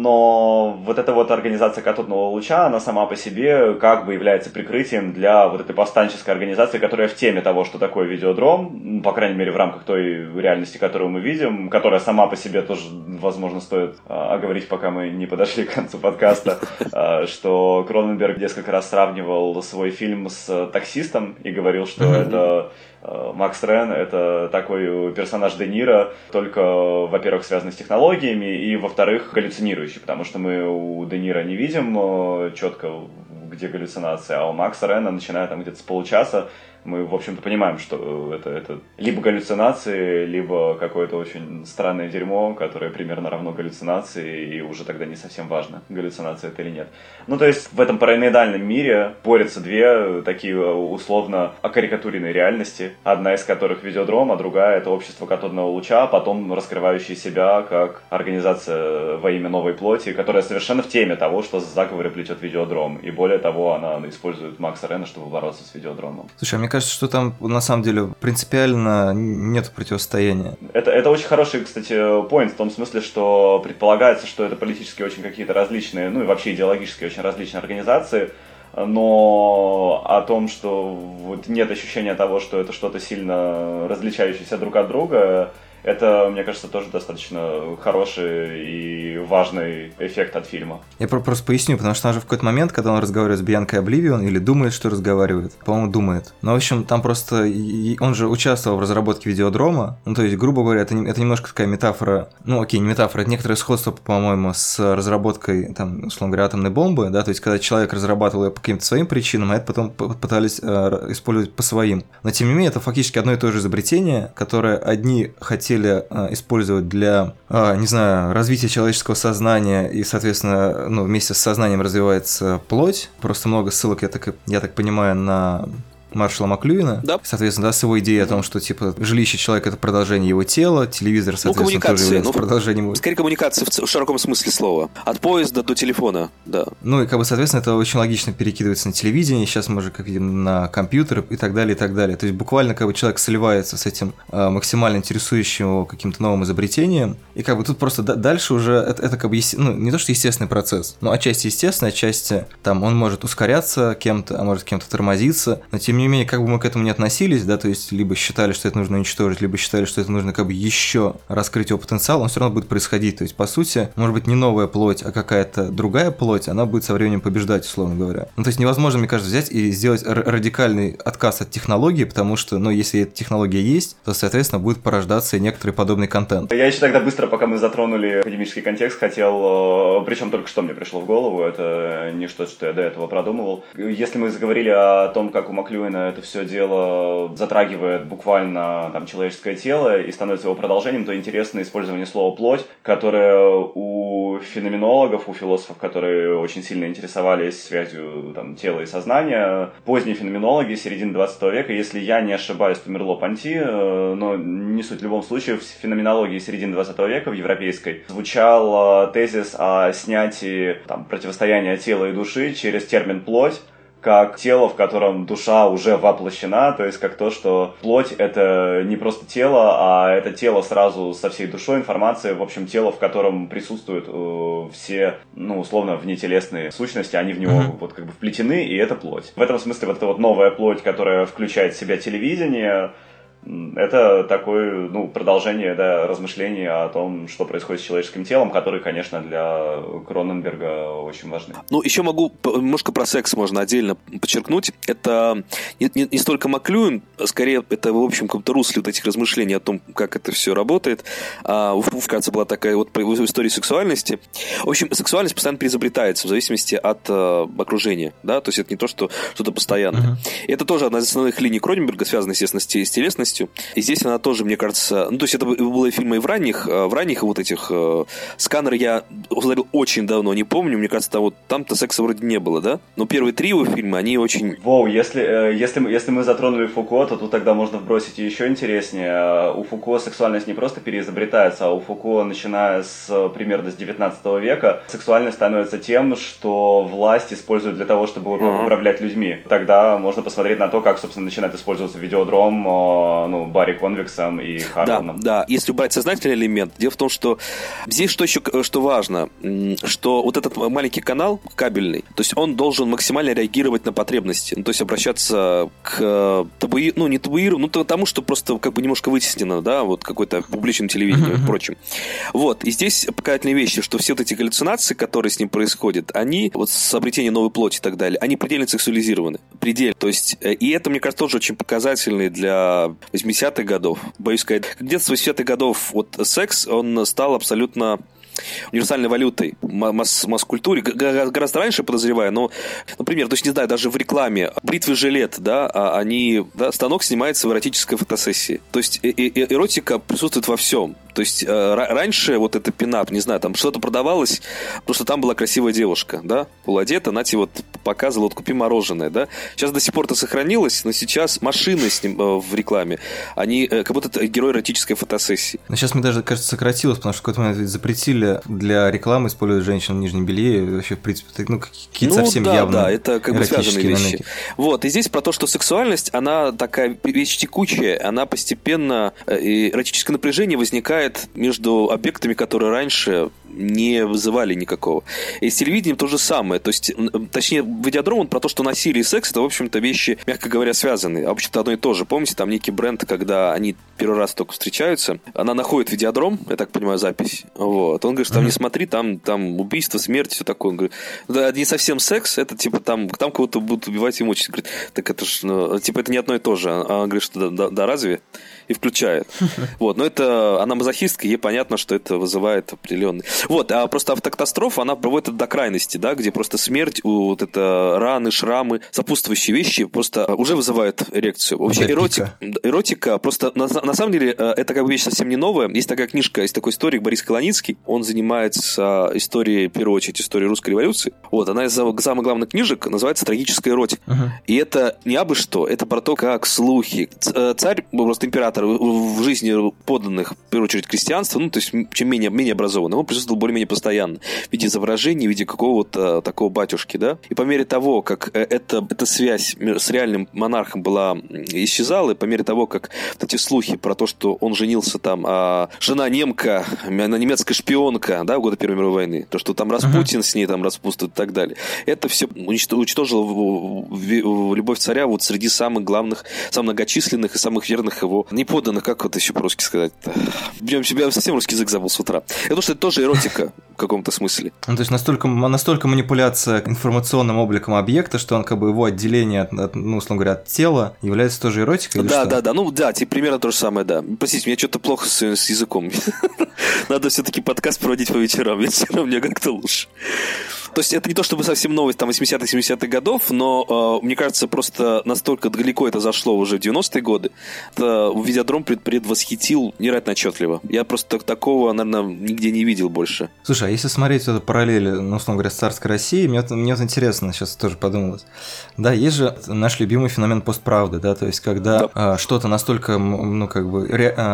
Но вот эта вот организация Катодного луча, она сама по себе как бы является прикрытием для вот этой повстанческой организации, которая в теме того, что такое Видеодром, по крайней мере в рамках той реальности, которую мы видим, которая сама по себе тоже, возможно, стоит оговорить, пока мы не подошли к концу подкаста, что Кроненберг несколько раз сравнивал свой фильм с «Таксистом» и говорил, что это... Макс Рен — это такой персонаж Де Ниро, только, во-первых, связанный с технологиями, и, во-вторых, галлюцинирующий, потому что мы у Де Ниро не видим четко, где галлюцинация, а у Макса Рена, начиная там где-то с получаса, мы, в общем-то, понимаем, что это, это либо галлюцинации, либо какое-то очень странное дерьмо, которое примерно равно галлюцинации, и уже тогда не совсем важно, галлюцинация это или нет. Ну, то есть, в этом параноидальном мире борются две такие условно окарикатуренные реальности, одна из которых Видеодром, а другая — это общество Катодного луча, потом раскрывающие себя как организация во имя новой плоти, которая совершенно в теме того, что заговоры плетет Видеодром, и более того, она использует Макса Рена, чтобы бороться с Видеодромом. Слушай, а мне кажется, что там на самом деле принципиально нет противостояния. Это, это очень хороший, кстати, поинт в том смысле, что предполагается, что это политически очень какие-то различные, ну и вообще идеологически очень различные организации, но о том, что вот нет ощущения того, что это что-то сильно различающееся друг от друга, это, мне кажется, тоже достаточно хороший и важный эффект от фильма. Я просто поясню, потому что там же в какой-то момент, когда он разговаривает с Бьянкой Обливион, или думает, что разговаривает, по-моему, думает. Но, в общем, там просто... Он же участвовал в разработке Видеодрома, ну, то есть, грубо говоря, это, это немножко такая метафора, ну, окей, не метафора, это некоторое сходство, по-моему, с разработкой, там, условно говоря, атомной бомбы, да, то есть, когда человек разрабатывал ее по каким-то своим причинам, а это потом пытались э, использовать по своим. Но, тем не менее, это фактически одно и то же изобретение, которое одни хотели использовать для, не знаю, развития человеческого сознания, и, соответственно, ну, вместе с сознанием развивается плоть. Просто много ссылок, я так, я так понимаю, на Маршала Маклюина. Да. Соответственно, да, с его идеей о том, что, типа, жилище человека — это продолжение его тела, телевизор, соответственно, ну, тоже является ну, продолжением его... Скорее, коммуникации в широком смысле слова. От поезда до телефона, да. Ну, и, как бы, соответственно, это очень логично перекидывается на телевидение, сейчас мы уже, как видим, на компьютер и так далее, и так далее. То есть, буквально, как бы, человек сливается с этим э, максимально интересующим его каким-то новым изобретением, и, как бы, тут просто д- дальше уже это, это, как бы, есте... ну, не то, что естественный процесс, но отчасти естественный, отчасти, там, он может ускоряться кем-то, а может кем-то тормозиться, но, тем не менее, как бы мы к этому не относились, да, то есть либо считали, что это нужно уничтожить, либо считали, что это нужно как бы еще раскрыть его потенциал, он все равно будет происходить. То есть, по сути, может быть, не новая плоть, а какая-то другая плоть, она будет со временем побеждать, условно говоря. Ну, то есть невозможно, мне кажется, взять и сделать р- радикальный отказ от технологии, потому что, ну, если эта технология есть, то, соответственно, будет порождаться и некоторый подобный контент. Я еще тогда быстро, пока мы затронули академический контекст, хотел, причем только что мне пришло в голову, это не что-то, что я до этого продумывал. Если мы заговорили о том, как у Маклюина это все дело затрагивает буквально там человеческое тело и становится его продолжением, то интересно использование слова «плоть», которое у феноменологов, у философов, которые очень сильно интересовались связью там, тела и сознания, поздние феноменологи середины двадцатого века, если я не ошибаюсь, то Мерло-Понти, но не суть, в любом случае, в феноменологии середины двадцатого века, в европейской, звучал тезис о снятии там, противостояния тела и души через термин «плоть», как тело, в котором душа уже воплощена, то есть как то, что плоть — это не просто тело, а это тело сразу со всей душой, информацией, в общем, тело, в котором присутствуют э, все, ну, условно, внетелесные сущности, они в него mm-hmm. вот как бы вплетены, и это плоть. В этом смысле вот эта вот новая плоть, которая включает в себя телевидение, это такое, ну, продолжение, да, размышлений о том, что происходит с человеческим телом, которые, конечно, для Кроненберга очень важны. Ну, еще могу немножко про секс можно отдельно подчеркнуть. Это не, не, не столько Маклюин, скорее это, в общем, каком-то русле вот этих размышлений о том, как это все работает. А у Фу, кажется, была такая вот история сексуальности. В общем, сексуальность постоянно переизобретается в зависимости от э, окружения, да, то есть это не то, что что-то постоянное. Uh-huh. И это тоже одна из основных линий Кроненберга, связанная, естественно, с телесностью. И здесь она тоже, мне кажется... Ну, то есть это было фильмы и в ранних, в ранних вот этих... Э, «Сканер» я смотрел очень давно, не помню. Мне кажется, там, вот, там-то секса вроде не было, да? Но первые три его фильма, они очень... Воу, если, э, если, если мы затронули Фуко, то тут тогда можно вбросить и еще интереснее. У Фуко сексуальность не просто переизобретается, а у Фуко, начиная с примерно с девятнадцатого века, сексуальность становится тем, что власть использует для того, чтобы uh-huh. управлять людьми. Тогда можно посмотреть на то, как, собственно, начинает использоваться видеодром, э, ну, Барри Конвиксом и Харланом. Да, да, если убрать сознательный элемент, дело в том, что здесь что еще что важно, что вот этот маленький канал кабельный, то есть он должен максимально реагировать на потребности, ну, то есть обращаться к табуи, ну, не табуированию, ну, тому, что просто как бы немножко вытеснено, да, вот какое-то публичное телевидение и прочим. Вот, и здесь показательные вещи, что все вот эти галлюцинации, которые с ним происходят, они, вот с обретением новой плоти и так далее, они предельно сексуализированы, предельно, то есть, и это, мне кажется, тоже очень показательный для восьмидесятых годов, боюсь сказать, где-то с восьмидесятых годов вот секс, он стал абсолютно универсальной валютой масс- масс-культуре, гораздо раньше, подозреваю, но, например, то есть, не знаю, даже в рекламе бритвы жилет, да, они, да, станок снимается в эротической фотосессии. То есть, э- э- эротика присутствует во всем. То есть, э- раньше вот это пинап, не знаю, там что-то продавалось, потому что там была красивая девушка, да, полуодета, она тебе вот показывала, вот купи мороженое, да. Сейчас до сих пор это сохранилось, но сейчас машины с ним, э- в рекламе, они э- как будто это герой эротической фотосессии. Но сейчас, мне даже кажется, сократилось, потому что в какой-то момент запретили для рекламы использовать женщин в нижнем белье, вообще, в принципе, ну, какие-то ну, совсем да, явно да, это как бы связанные вещи. намеки. Вот, и здесь про то, что сексуальность, она такая вещь текучая, она постепенно, эротическое напряжение возникает между объектами, которые раньше не вызывали никакого. И с телевидением то же самое, то есть, точнее, видеодром, он про то, что насилие и секс, это, в общем-то, вещи, мягко говоря, связанные, а вообще-то одно и то же. Помните, там некий бренд, когда они первый раз только встречаются, она находит видеодром, я так понимаю, запись, вот, он говорит, что там не смотри, там, там убийство, смерть, все такое. Он говорит, да, не совсем секс, это типа там, там кого-то будут убивать и мучить. Говорит, так это ж, ну, типа это не одно и то же. А он говорит, что да, да, да разве? И включает. Вот, но это, она мазохистка, ей понятно, что это вызывает определенный. Вот, а просто автокатастрофа, она проводит это до крайности, да, где просто смерть, вот это раны, шрамы, сопутствующие вещи просто уже вызывают эрекцию. Вообще эротика, эротика просто, на, на самом деле, это как бы вещь совсем не новая. Есть такая книжка, есть такой историк Борис Колоницкий, он занимается историей, в первую очередь, историей русской революции. Вот, она из самых главных книжек называется «Трагическая эротика». Uh-huh. И это не абы что, это про то, как слухи. Царь, просто император в жизни подданных, в первую очередь, крестьянства, ну, то есть, чем менее, менее образованный, он присутствовал более-менее постоянно в виде изображений, в виде какого-то такого батюшки, да. И по мере того, как эта, эта связь с реальным монархом была исчезала, и по мере того, как вот эти слухи про то, что он женился там, а жена немка, она немецкая шпионка, да, в годы Первой мировой войны, то, что там Распутин uh-huh. с ней там распутствует и так далее, это все уничтожило любовь царя вот среди самых главных, самых многочисленных и самых верных его неподданных, как вот еще по-русски сказать, я совсем русский язык забыл с утра. Я думаю, что это тоже эротика в каком-то смысле. Ну, то есть настолько, настолько манипуляция информационным обликом объекта, что он как бы его отделение от, от, ну, условно говоря, от тела является тоже эротикой? Да, что? да, да, ну да, типа примерно то же самое, да. Простите, мне что-то плохо с, с языком. Надо все-таки подкаст проводить по вечерам, вечером мне как-то лучше. То есть это не то чтобы совсем новость там восьмидесятых-семидесятых годов, но э, мне кажется, просто настолько далеко это зашло уже в девяностые годы. Это видеодром пред, предвосхитил невероятно отчетливо. Я просто такого, наверное, нигде не видел больше. Слушай, а если смотреть эту параллель, ну, условно говоря, с царской Россией, мне, мне вот интересно, сейчас тоже подумалось. Да, есть же наш любимый феномен постправды, да, то есть когда да. э, что-то настолько, ну, как бы, ре, э,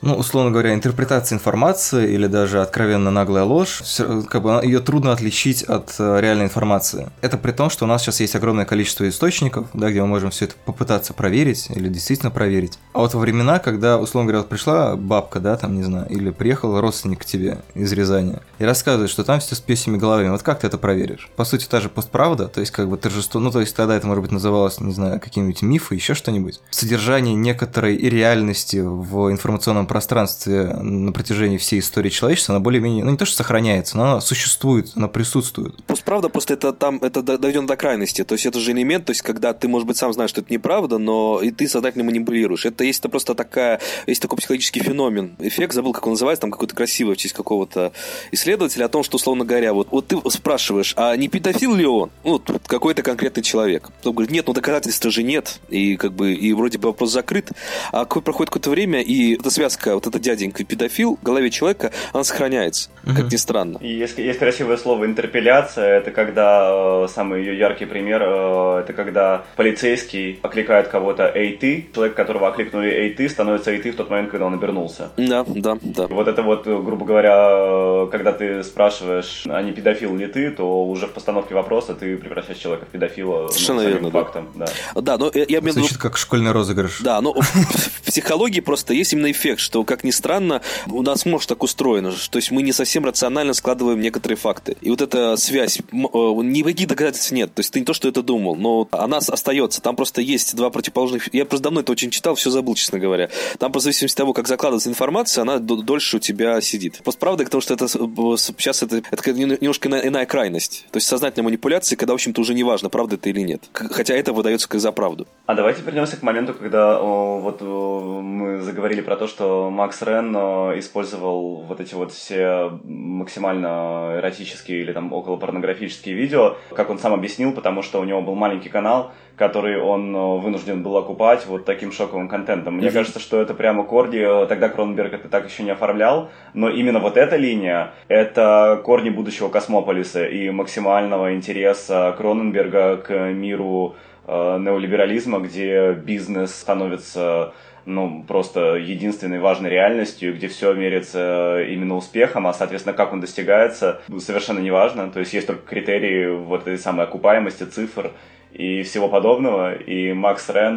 Ну, условно говоря, интерпретация информации или даже откровенно наглая ложь, как бы ее трудно отличить от реальной информации. Это при том, что у нас сейчас есть огромное количество источников, да, где мы можем все это попытаться проверить или действительно проверить. А вот во времена, когда, условно говоря, вот пришла бабка, да, там, не знаю, или приехал родственник к тебе из Рязани и рассказывает, что там все с пёсьими головами, вот как ты это проверишь? По сути, та же постправда, то есть как бы торжество, ну, то есть тогда это, может быть, называлось, не знаю, какие-нибудь мифы, еще что-нибудь. Содержание некоторой реальности в информационном пространстве на протяжении всей истории человечества, она более-менее, ну, не то, что сохраняется, но она существует, она присутствует. Постправда, просто это там, это доведено до крайности, то есть это же элемент, то есть когда ты, может быть, сам знаешь, что это неправда, но и ты сознательно манипулируешь. Это есть это просто такая, есть такой психологический феномен, эффект, забыл, как он называется, там какой-то красивый в честь какого-то исследователя, о том, что, условно говоря, вот, вот ты спрашиваешь, а не педофил ли он? Ну, какой-то конкретный человек. Он говорит, нет, ну доказательств же нет, и как бы, и вроде бы вопрос закрыт, а проходит какое-то время, и эта связка, вот этот дяденька педофил в голове человека, она сохраняется, mm-hmm. как ни странно. И есть, есть красивое слово интерпеляция, это когда, самый ее яркий пример, это когда полицейский окликает кого-то «Эй, ты!», человек, которого окликнули «Эй, ты!», становится «Эй, ты!» в тот момент, когда он обернулся. Да, да, да. Вот это вот, грубо говоря, когда ты спрашиваешь, а не педофил ли ты, то уже в постановке вопроса ты превращаешь человека в педофила. Совершенно ну, верно, фактом, да. Да, да но я... я Звучит как школьный розыгрыш. Да, но в психологии просто есть именно эффект, что, как ни странно, у нас мозг так устроен, то есть мы не совсем рационально складываем некоторые факты. И вот эта связь, никаких доказательств нет, то есть ты не то, что это думал, но она остается. Там просто есть два противоположных... Я просто давно это очень читал, все забыл, честно говоря. Там, по зависимости от того, как закладывается информация, она дольше у тебя сидит. Постправда, потому что это сейчас это, это немножко иная крайность. То есть сознательная манипуляция, когда, в общем-то, уже не важно, правда это или нет. Хотя это выдается как за правду. А давайте вернемся к моменту, когда о, вот о, мы заговорили про то, что Макс Рен о, использовал вот эти вот все максимально эротические или там около порнографические видео, как он сам объяснил, потому что у него был маленький канал, который он вынужден был окупать вот таким шоковым контентом. Мне mm-hmm. кажется, что это прямо корни, тогда Кроненберг это так еще не оформлял, но именно вот эта линия, это корни будущего Космополиса и максимального интереса Кроненберга к миру э, неолиберализма, где бизнес становится ну, просто единственной важной реальностью, где все меряется именно успехом, а, соответственно, как он достигается, совершенно неважно. То есть есть только критерии вот этой самой окупаемости, цифр и всего подобного. И Макс Рен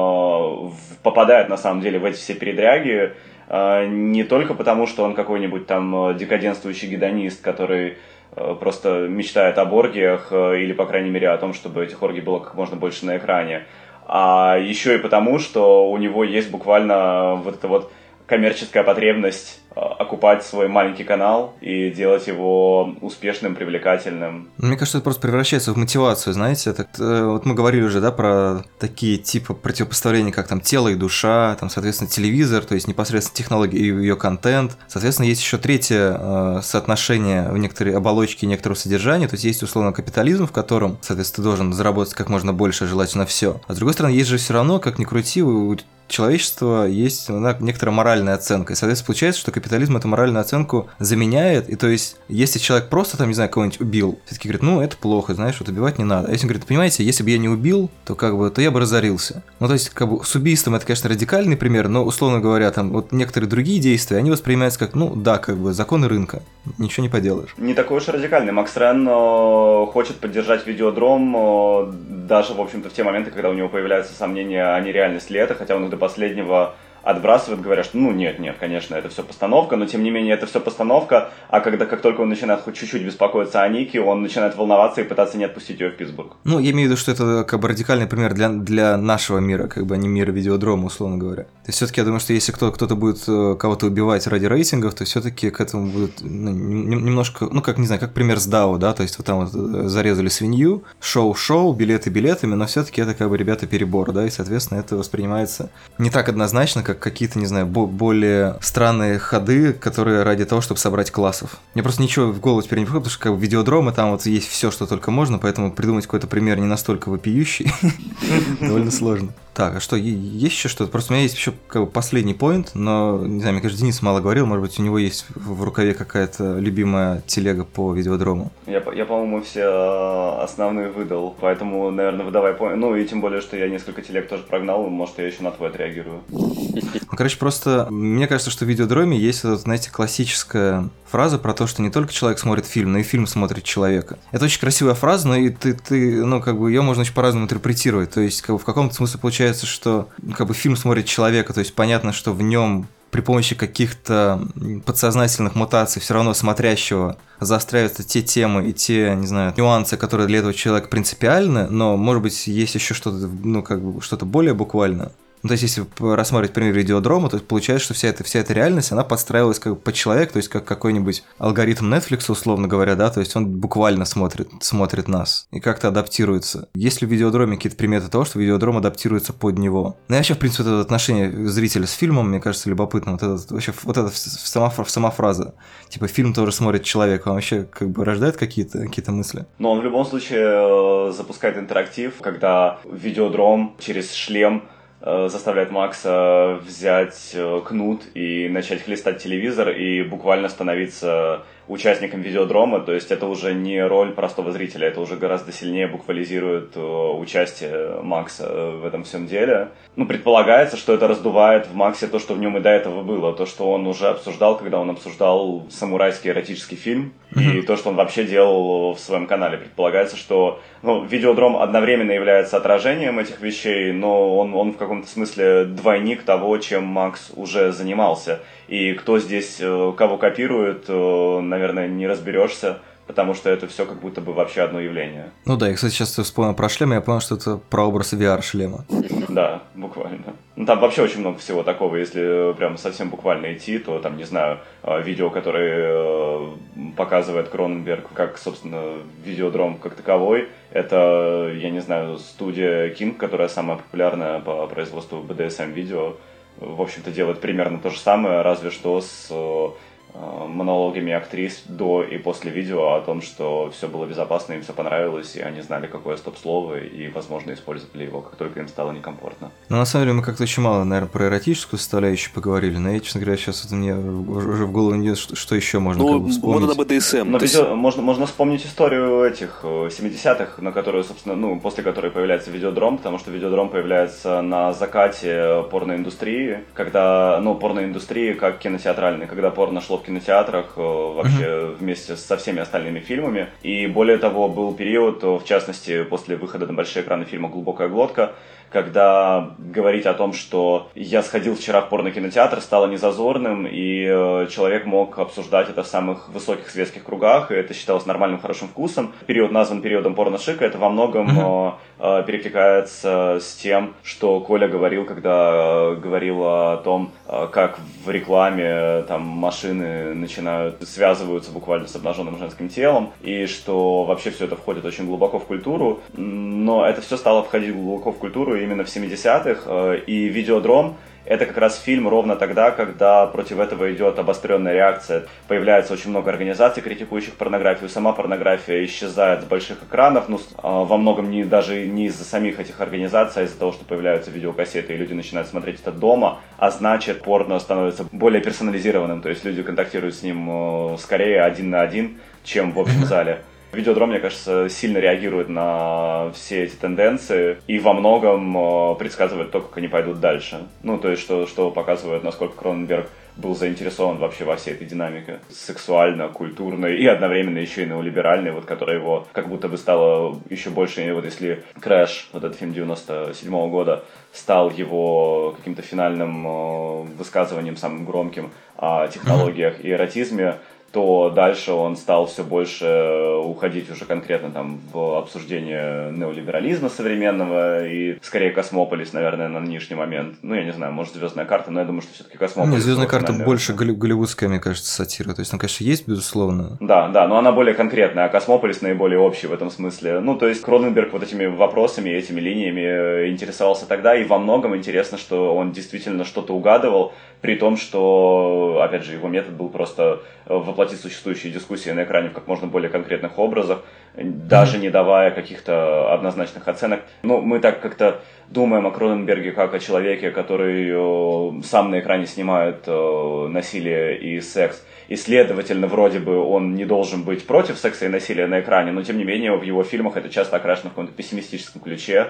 э, попадает, на самом деле, в эти все передряги э, не только потому, что он какой-нибудь там декаденствующий гедонист, который э, просто мечтает об оргиях э, или, по крайней мере, о том, чтобы этих оргий было как можно больше на экране, а еще и потому, что у него есть буквально вот эта вот коммерческая потребность окупать свой маленький канал и делать его успешным, привлекательным. Мне кажется, это просто превращается в мотивацию, знаете. Это, вот мы говорили уже, да, про такие типы противопоставления, как там тело и душа, там, соответственно, телевизор, то есть непосредственно технология и ее контент. Соответственно, есть еще третье э, соотношение в некоторой оболочке некоторого содержания, то есть есть, условно, капитализм, в котором, соответственно, ты должен заработать как можно больше, желательно все. А с другой стороны, есть же все равно, как ни крути, у человечества есть ну, некоторая моральная оценка. И, соответственно, получается, что капитализм эту моральную оценку заменяет. И то есть, если человек просто там, не знаю, кого-нибудь убил, все-таки говорит, ну, это плохо, знаешь, вот убивать не надо. А если он говорит, понимаете, если бы я не убил, то как бы, то я бы разорился. Ну, то есть, как бы, с убийством это, конечно, радикальный пример, но, условно говоря, там, вот некоторые другие действия, они воспринимаются как, ну, да, как бы, законы рынка. Ничего не поделаешь. Не такой уж радикальный. Макс Рен э, хочет поддержать видеодром э, даже, в общем-то, в те моменты, когда у него появляются сомнения, а не реальность ли это, хотя он их до последнего отбрасывает, говоря, что ну нет, нет, конечно, это все постановка, но тем не менее это все постановка, а когда как только он начинает хоть чуть-чуть беспокоиться о Нике, он начинает волноваться и пытаться не отпустить ее в Питтсбург. Ну, я имею в виду, что это как бы радикальный пример для, для нашего мира, как бы, а не мира видеодрома, условно говоря. То есть все-таки я думаю, что если кто, кто-то будет кого-то убивать ради рейтингов, то все-таки к этому будет ну, немножко, ну, как, не знаю, как пример с дао, да, то есть вот там вот зарезали свинью, шоу-шоу, билеты билетами, но все-таки это как бы, ребята, перебор, да, и, соответственно, это воспринимается не так однозначно, как какие-то, не знаю, бо- более странные ходы, которые ради того, чтобы собрать классов. Мне просто ничего в голову теперь не приходит, потому что как бы видеодромы, там вот есть все, что только можно, поэтому придумать какой-то пример не настолько вопиющий довольно сложно. Так, а что, есть еще что-то? Просто у меня есть еще как бы последний поинт, но, не знаю, мне кажется, Денис мало говорил, может быть, у него есть в рукаве какая-то любимая телега по видеодрому. Я, я по-моему, все основные выдал, поэтому, наверное, выдавай поинт. Ну, и тем более, что я несколько телег тоже прогнал, может, я еще на твой отреагирую. Ну, короче, просто мне кажется, что в видеодроме есть, вот, знаете, классическая фраза про то, что не только человек смотрит фильм, но и фильм смотрит человека. Это очень красивая фраза, но и ты, ты ну, как бы, ее можно очень по-разному интерпретировать. То есть, как бы, в каком-то смысле получается, что, как бы, фильм смотрит человека, то есть, понятно, что в нем при помощи каких-то подсознательных мутаций все равно смотрящего заостряются те темы и те, не знаю, нюансы, которые для этого человека принципиальны, но, может быть, есть еще что-то, ну, как бы, что-то более буквальное. Ну, то есть, если рассматривать пример видеодрома, то получается, что вся эта, вся эта реальность, она подстраивалась как бы под человека, то есть, как какой-нибудь алгоритм Netflix, условно говоря, да, то есть, он буквально смотрит, смотрит нас и как-то адаптируется. Есть ли в видеодроме какие-то приметы того, что видеодром адаптируется под него? Ну, и вообще, в принципе, вот это отношение зрителя с фильмом, мне кажется, любопытно. Вот это, вообще, вот это сама, сама фраза, типа, фильм тоже смотрит человек, он вообще как бы рождает какие-то, какие-то мысли? Но он в любом случае запускает интерактив, когда видеодром через шлем заставляет Макса взять кнут и начать хлестать телевизор и буквально становиться участником видеодрома, то есть это уже не роль простого зрителя, это уже гораздо сильнее буквализирует участие Макса в этом всем деле. Ну, предполагается, что это раздувает в Максе то, что в нем и до этого было, то, что он уже обсуждал, когда он обсуждал самурайский эротический фильм, mm-hmm. и то, что он вообще делал в своем канале. Предполагается, что ну, видеодром одновременно является отражением этих вещей, но он, он в каком-то смысле двойник того, чем Макс уже занимался. И кто здесь кого копирует, наверное, не разберешься, потому что это все как будто бы вообще одно явление. Ну да, я, кстати, сейчас вспомнил про шлем, я понял, что это про образ ви ар-шлема. Да, буквально. Ну, там вообще очень много всего такого, если прям совсем буквально идти, то там, не знаю, видео, которое показывает Кроненберг как, собственно, видеодром как таковой, это, я не знаю, студия King, которая самая популярная по производству би ди эс эм-видео, в общем-то, делает примерно то же самое, разве что с монологами актрис до и после видео о том, что все было безопасно, им все понравилось, и они знали, какое стоп-слово, и, возможно, использовали его, как только им стало некомфортно. Ну, на самом деле, мы как-то очень мало, наверное, про эротическую составляющую поговорили, но я, честно говоря, сейчас вот мне уже в голову не идет, что, что еще можно ну, как бы вспомнить. Ну, на би ди эс эм. Но ведь есть... можно, можно вспомнить историю этих семидесятых, на которую, собственно, ну, после которой появляется видеодром, потому что видеодром появляется на закате порноиндустрии, когда, ну, порноиндустрии как кинотеатральной, когда порно шло в кинотеатрах вообще uh-huh. вместе со всеми остальными фильмами. И более того, был период, в частности, после выхода на большие экраны фильма «Глубокая глотка», когда говорить о том, что я сходил вчера в порнокинотеатр, стало незазорным, и э, человек мог обсуждать это в самых высоких светских кругах, и это считалось нормальным, хорошим вкусом. Период назван периодом порношика, это во многом э, э, перекликается с тем, что Коля говорил, когда э, говорил о том, э, как в рекламе там машины начинают, связываются буквально с обнаженным женским телом, и что вообще все это входит очень глубоко в культуру, но это все стало входить глубоко в культуру именно в семидесятых, и «Видеодром» — это как раз фильм ровно тогда, когда против этого идет обостренная реакция. Появляется очень много организаций, критикующих порнографию, сама порнография исчезает с больших экранов, ну, во многом не, даже не из-за самих этих организаций, а из-за того, что появляются видеокассеты, и люди начинают смотреть это дома, а значит, порно становится более персонализированным, то есть люди контактируют с ним скорее один на один, чем в общем зале. Видеодром, мне кажется, сильно реагирует на все эти тенденции и во многом предсказывает то, как они пойдут дальше. Ну, то есть, что, что показывает, насколько Кроненберг был заинтересован вообще во всей этой динамике. Сексуально, культурной и одновременно еще и неолиберальной, вот, которая его как будто бы стала еще больше, и вот если «Крэш», вот этот фильм девяносто седьмого года, стал его каким-то финальным высказыванием, самым громким о технологиях и эротизме, то дальше он стал все больше уходить уже конкретно там в обсуждение неолиберализма современного и скорее «Космополис», наверное, на нынешний момент. Ну, я не знаю, может, «Звездная карта», но я думаю, что все-таки «Космополис». Нет, «Звездная карта» больше голливудская, мне кажется, сатира. То есть, ну, конечно, есть, безусловно. Да, да, но она более конкретная, а «Космополис» наиболее общий в этом смысле. Ну, то есть Кроненберг вот этими вопросами, этими линиями интересовался тогда, и во многом интересно, что он действительно что-то угадывал, при том, что, опять же, его метод был просто воплощение воплотить существующие дискуссии на экране в как можно более конкретных образах, даже не давая каких-то однозначных оценок. Ну, мы так как-то думаем о Кроненберге как о человеке, который э, сам на экране снимает э, насилие и секс. И, следовательно, вроде бы он не должен быть против секса и насилия на экране, но, тем не менее, в его фильмах это часто окрашено в каком-то пессимистическом ключе.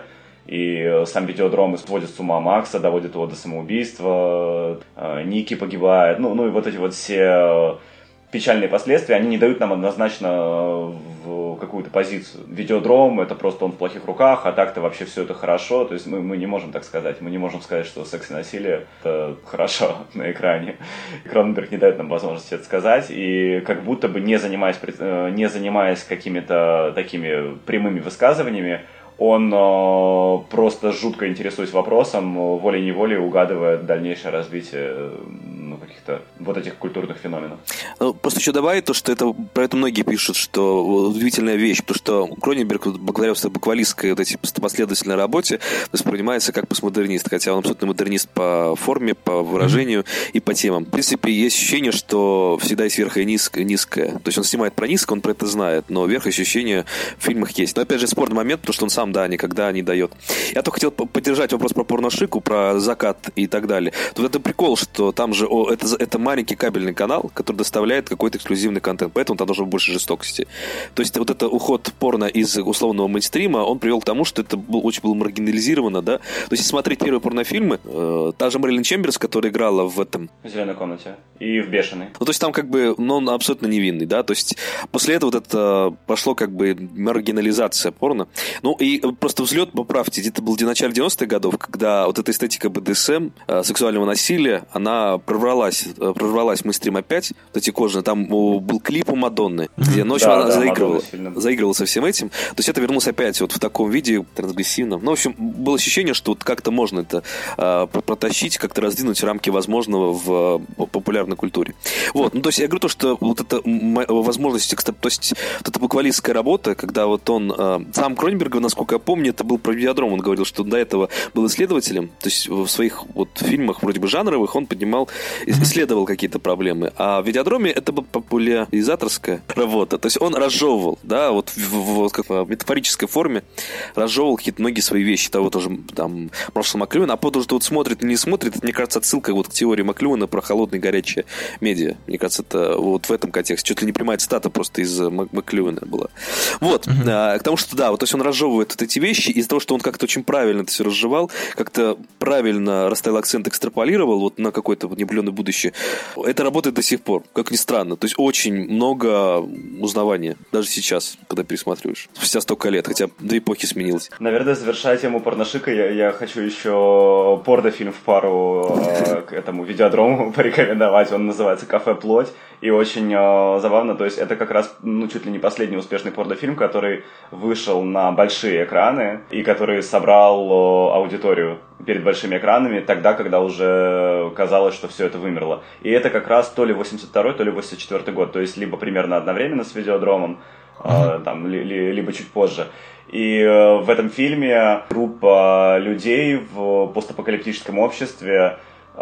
И сам Видеодром сводит с ума Макса, доводит его до самоубийства, э, Ники погибает. Ну, ну и вот эти вот все печальные последствия, они не дают нам однозначно в какую-то позицию. Видеодром — это просто он в плохих руках, а так-то вообще все это хорошо. То есть мы, мы не можем так сказать. Мы не можем сказать, что секс и насилие — это хорошо на экране. И Кроненберг не дает нам возможности это сказать. И как будто бы не занимаясь, не занимаясь какими-то такими прямыми высказываниями, он э, просто жутко интересуясь вопросом, волей-неволей угадывает дальнейшее развитие ну, каких-то вот этих культурных феноменов. Ну, просто еще добавить то, что это, про это многие пишут, что удивительная вещь, потому что Кроненберг, благодаря своей буквалистской вот этой последовательной работе, воспринимается как постмодернист, хотя он абсолютно модернист по форме, по выражению mm-hmm. и по темам. В принципе, есть ощущение, что всегда есть верх и низкое, низкое. То есть он снимает про низкое, он про это знает, но верх ощущения в фильмах есть. Но опять же, спорный момент, потому что он сам да, никогда не дает. Я только хотел поддержать вопрос про порношику, про закат и так далее. Тут это прикол, что там же о, это, это маленький кабельный канал, который доставляет какой-то эксклюзивный контент, поэтому там должно быть больше жестокости. То есть вот это уход порно из условного мейнстрима, он привел к тому, что это был, очень было маргинализировано, да. То есть если смотреть первые порнофильмы, э, та же Мэрилин Чемберс, которая играла в этом... В «Зеленой комнате» и в «Бешеный». Ну, то есть там как бы, ну, он абсолютно невинный, да, то есть после этого вот это пошло как бы маргинализация порно. Ну, и просто взлет, поправьте, где-то был в начале девяностых годов, когда вот эта эстетика бэ дэ эс эм, сексуального насилия, она прорвалась, прорвалась в мейнстрим опять, вот эти кожаные, там был клип у Мадонны, где ночью да, она да, заигрывала, заигрывала со всем этим, то есть это вернулось опять вот в таком виде трансгрессивном. Ну, в общем, было ощущение, что вот как-то можно это а, протащить, как-то раздвинуть рамки возможного в а, популярной культуре. Вот, ну, то есть я говорю то, что вот эта возможность, то есть вот эта буквалистская работа, когда вот он, а, сам Кроненберг, насколько я помню, это был про Видеодром, он говорил, что до этого был исследователем, то есть в своих вот фильмах вроде бы жанровых он поднимал, исследовал какие-то проблемы, а в Видеодроме это была популяризаторская работа, то есть он разжевывал, да, вот в, в, в, как в метафорической форме разжевывал какие-то многие свои вещи, того тоже там Маршала Маклюэна, а потом что вот смотрит или не смотрит, это, мне кажется, отсылка вот к теории Маклюэна про холодные горячие медиа, мне кажется, это вот в этом контексте, чуть ли не прямая цитата просто из Маклюэна была. Вот, mm-hmm. а, к тому, что да, вот, то есть он разжевывает вот эти вещи, из-за того, что он как-то очень правильно это все разжевал, как-то правильно расставил акцент, экстраполировал вот на какое-то вот неопределенное будущее, это работает до сих пор, как ни странно, то есть очень много узнавания, даже сейчас, когда пересматриваешь, спустя столько лет, хотя до эпохи сменилось. Наверное, завершая тему порношика, я, я хочу еще порнофильм в пару э, к этому Видеодрому порекомендовать, он называется «Кафе Плоть», и очень э, забавно, то есть это как раз, ну, чуть ли не последний успешный порнофильм, который вышел на большие экраны и который собрал э, аудиторию перед большими экранами тогда, когда уже казалось, что все это вымерло. И это как раз то ли восемьдесят второй, то ли восемьдесят четвёртый год, то есть либо примерно одновременно с Видеодромом, э, там, ли, ли, либо чуть позже. И э, в этом фильме группа людей в постапокалиптическом обществе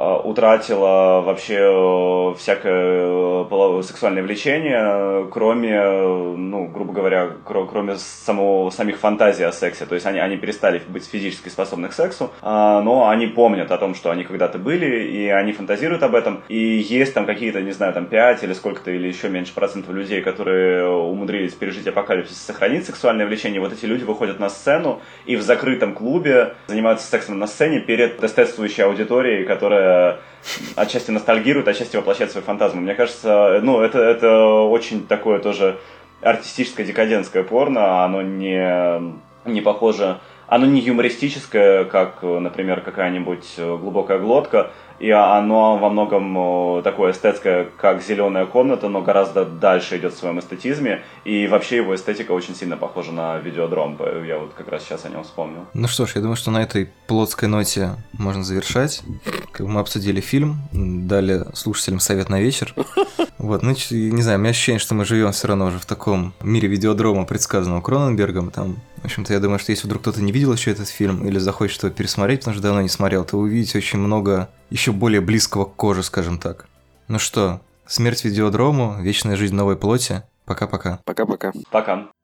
утратила вообще всякое половое сексуальное влечение, кроме, ну, грубо говоря, кроме самого, самих фантазий о сексе. То есть они, они перестали быть физически способны к сексу, но они помнят о том, что они когда-то были, и они фантазируют об этом. И есть там какие-то, не знаю, там пять или сколько-то, или еще меньше процентов людей, которые умудрились пережить апокалипсис и сохранить сексуальное влечение. Вот эти люди выходят на сцену и в закрытом клубе занимаются сексом на сцене перед эстетствующей аудиторией, которая отчасти ностальгирует, отчасти воплощает свои фантазмы. Мне кажется, ну, это, это очень такое тоже артистическое декадентское порно, оно не, не похоже, оно не юмористическое, как, например, какая-нибудь глубокая глотка, и оно во многом такое эстетское, как «Зеленая комната», но гораздо дальше идет в своем эстетизме, и вообще его эстетика очень сильно похожа на Видеодром. Я вот как раз сейчас о нем вспомнил. Ну что ж, я думаю, что на этой плотской ноте можно завершать. Мы обсудили фильм, дали слушателям совет на вечер. Вот, ну, не знаю, у меня ощущение, что мы живем все равно уже в таком мире Видеодрома, предсказанного Кроненбергом. Там, в общем-то, я думаю, что если вдруг кто-то не видел еще этот фильм или захочет его пересмотреть, потому что давно не смотрел, то вы увидите очень много еще более близкого к коже, скажем так. Ну что, Смерть Видеодрому, Вечная жизнь новой плоти. Пока-пока. Пока-пока. Пока.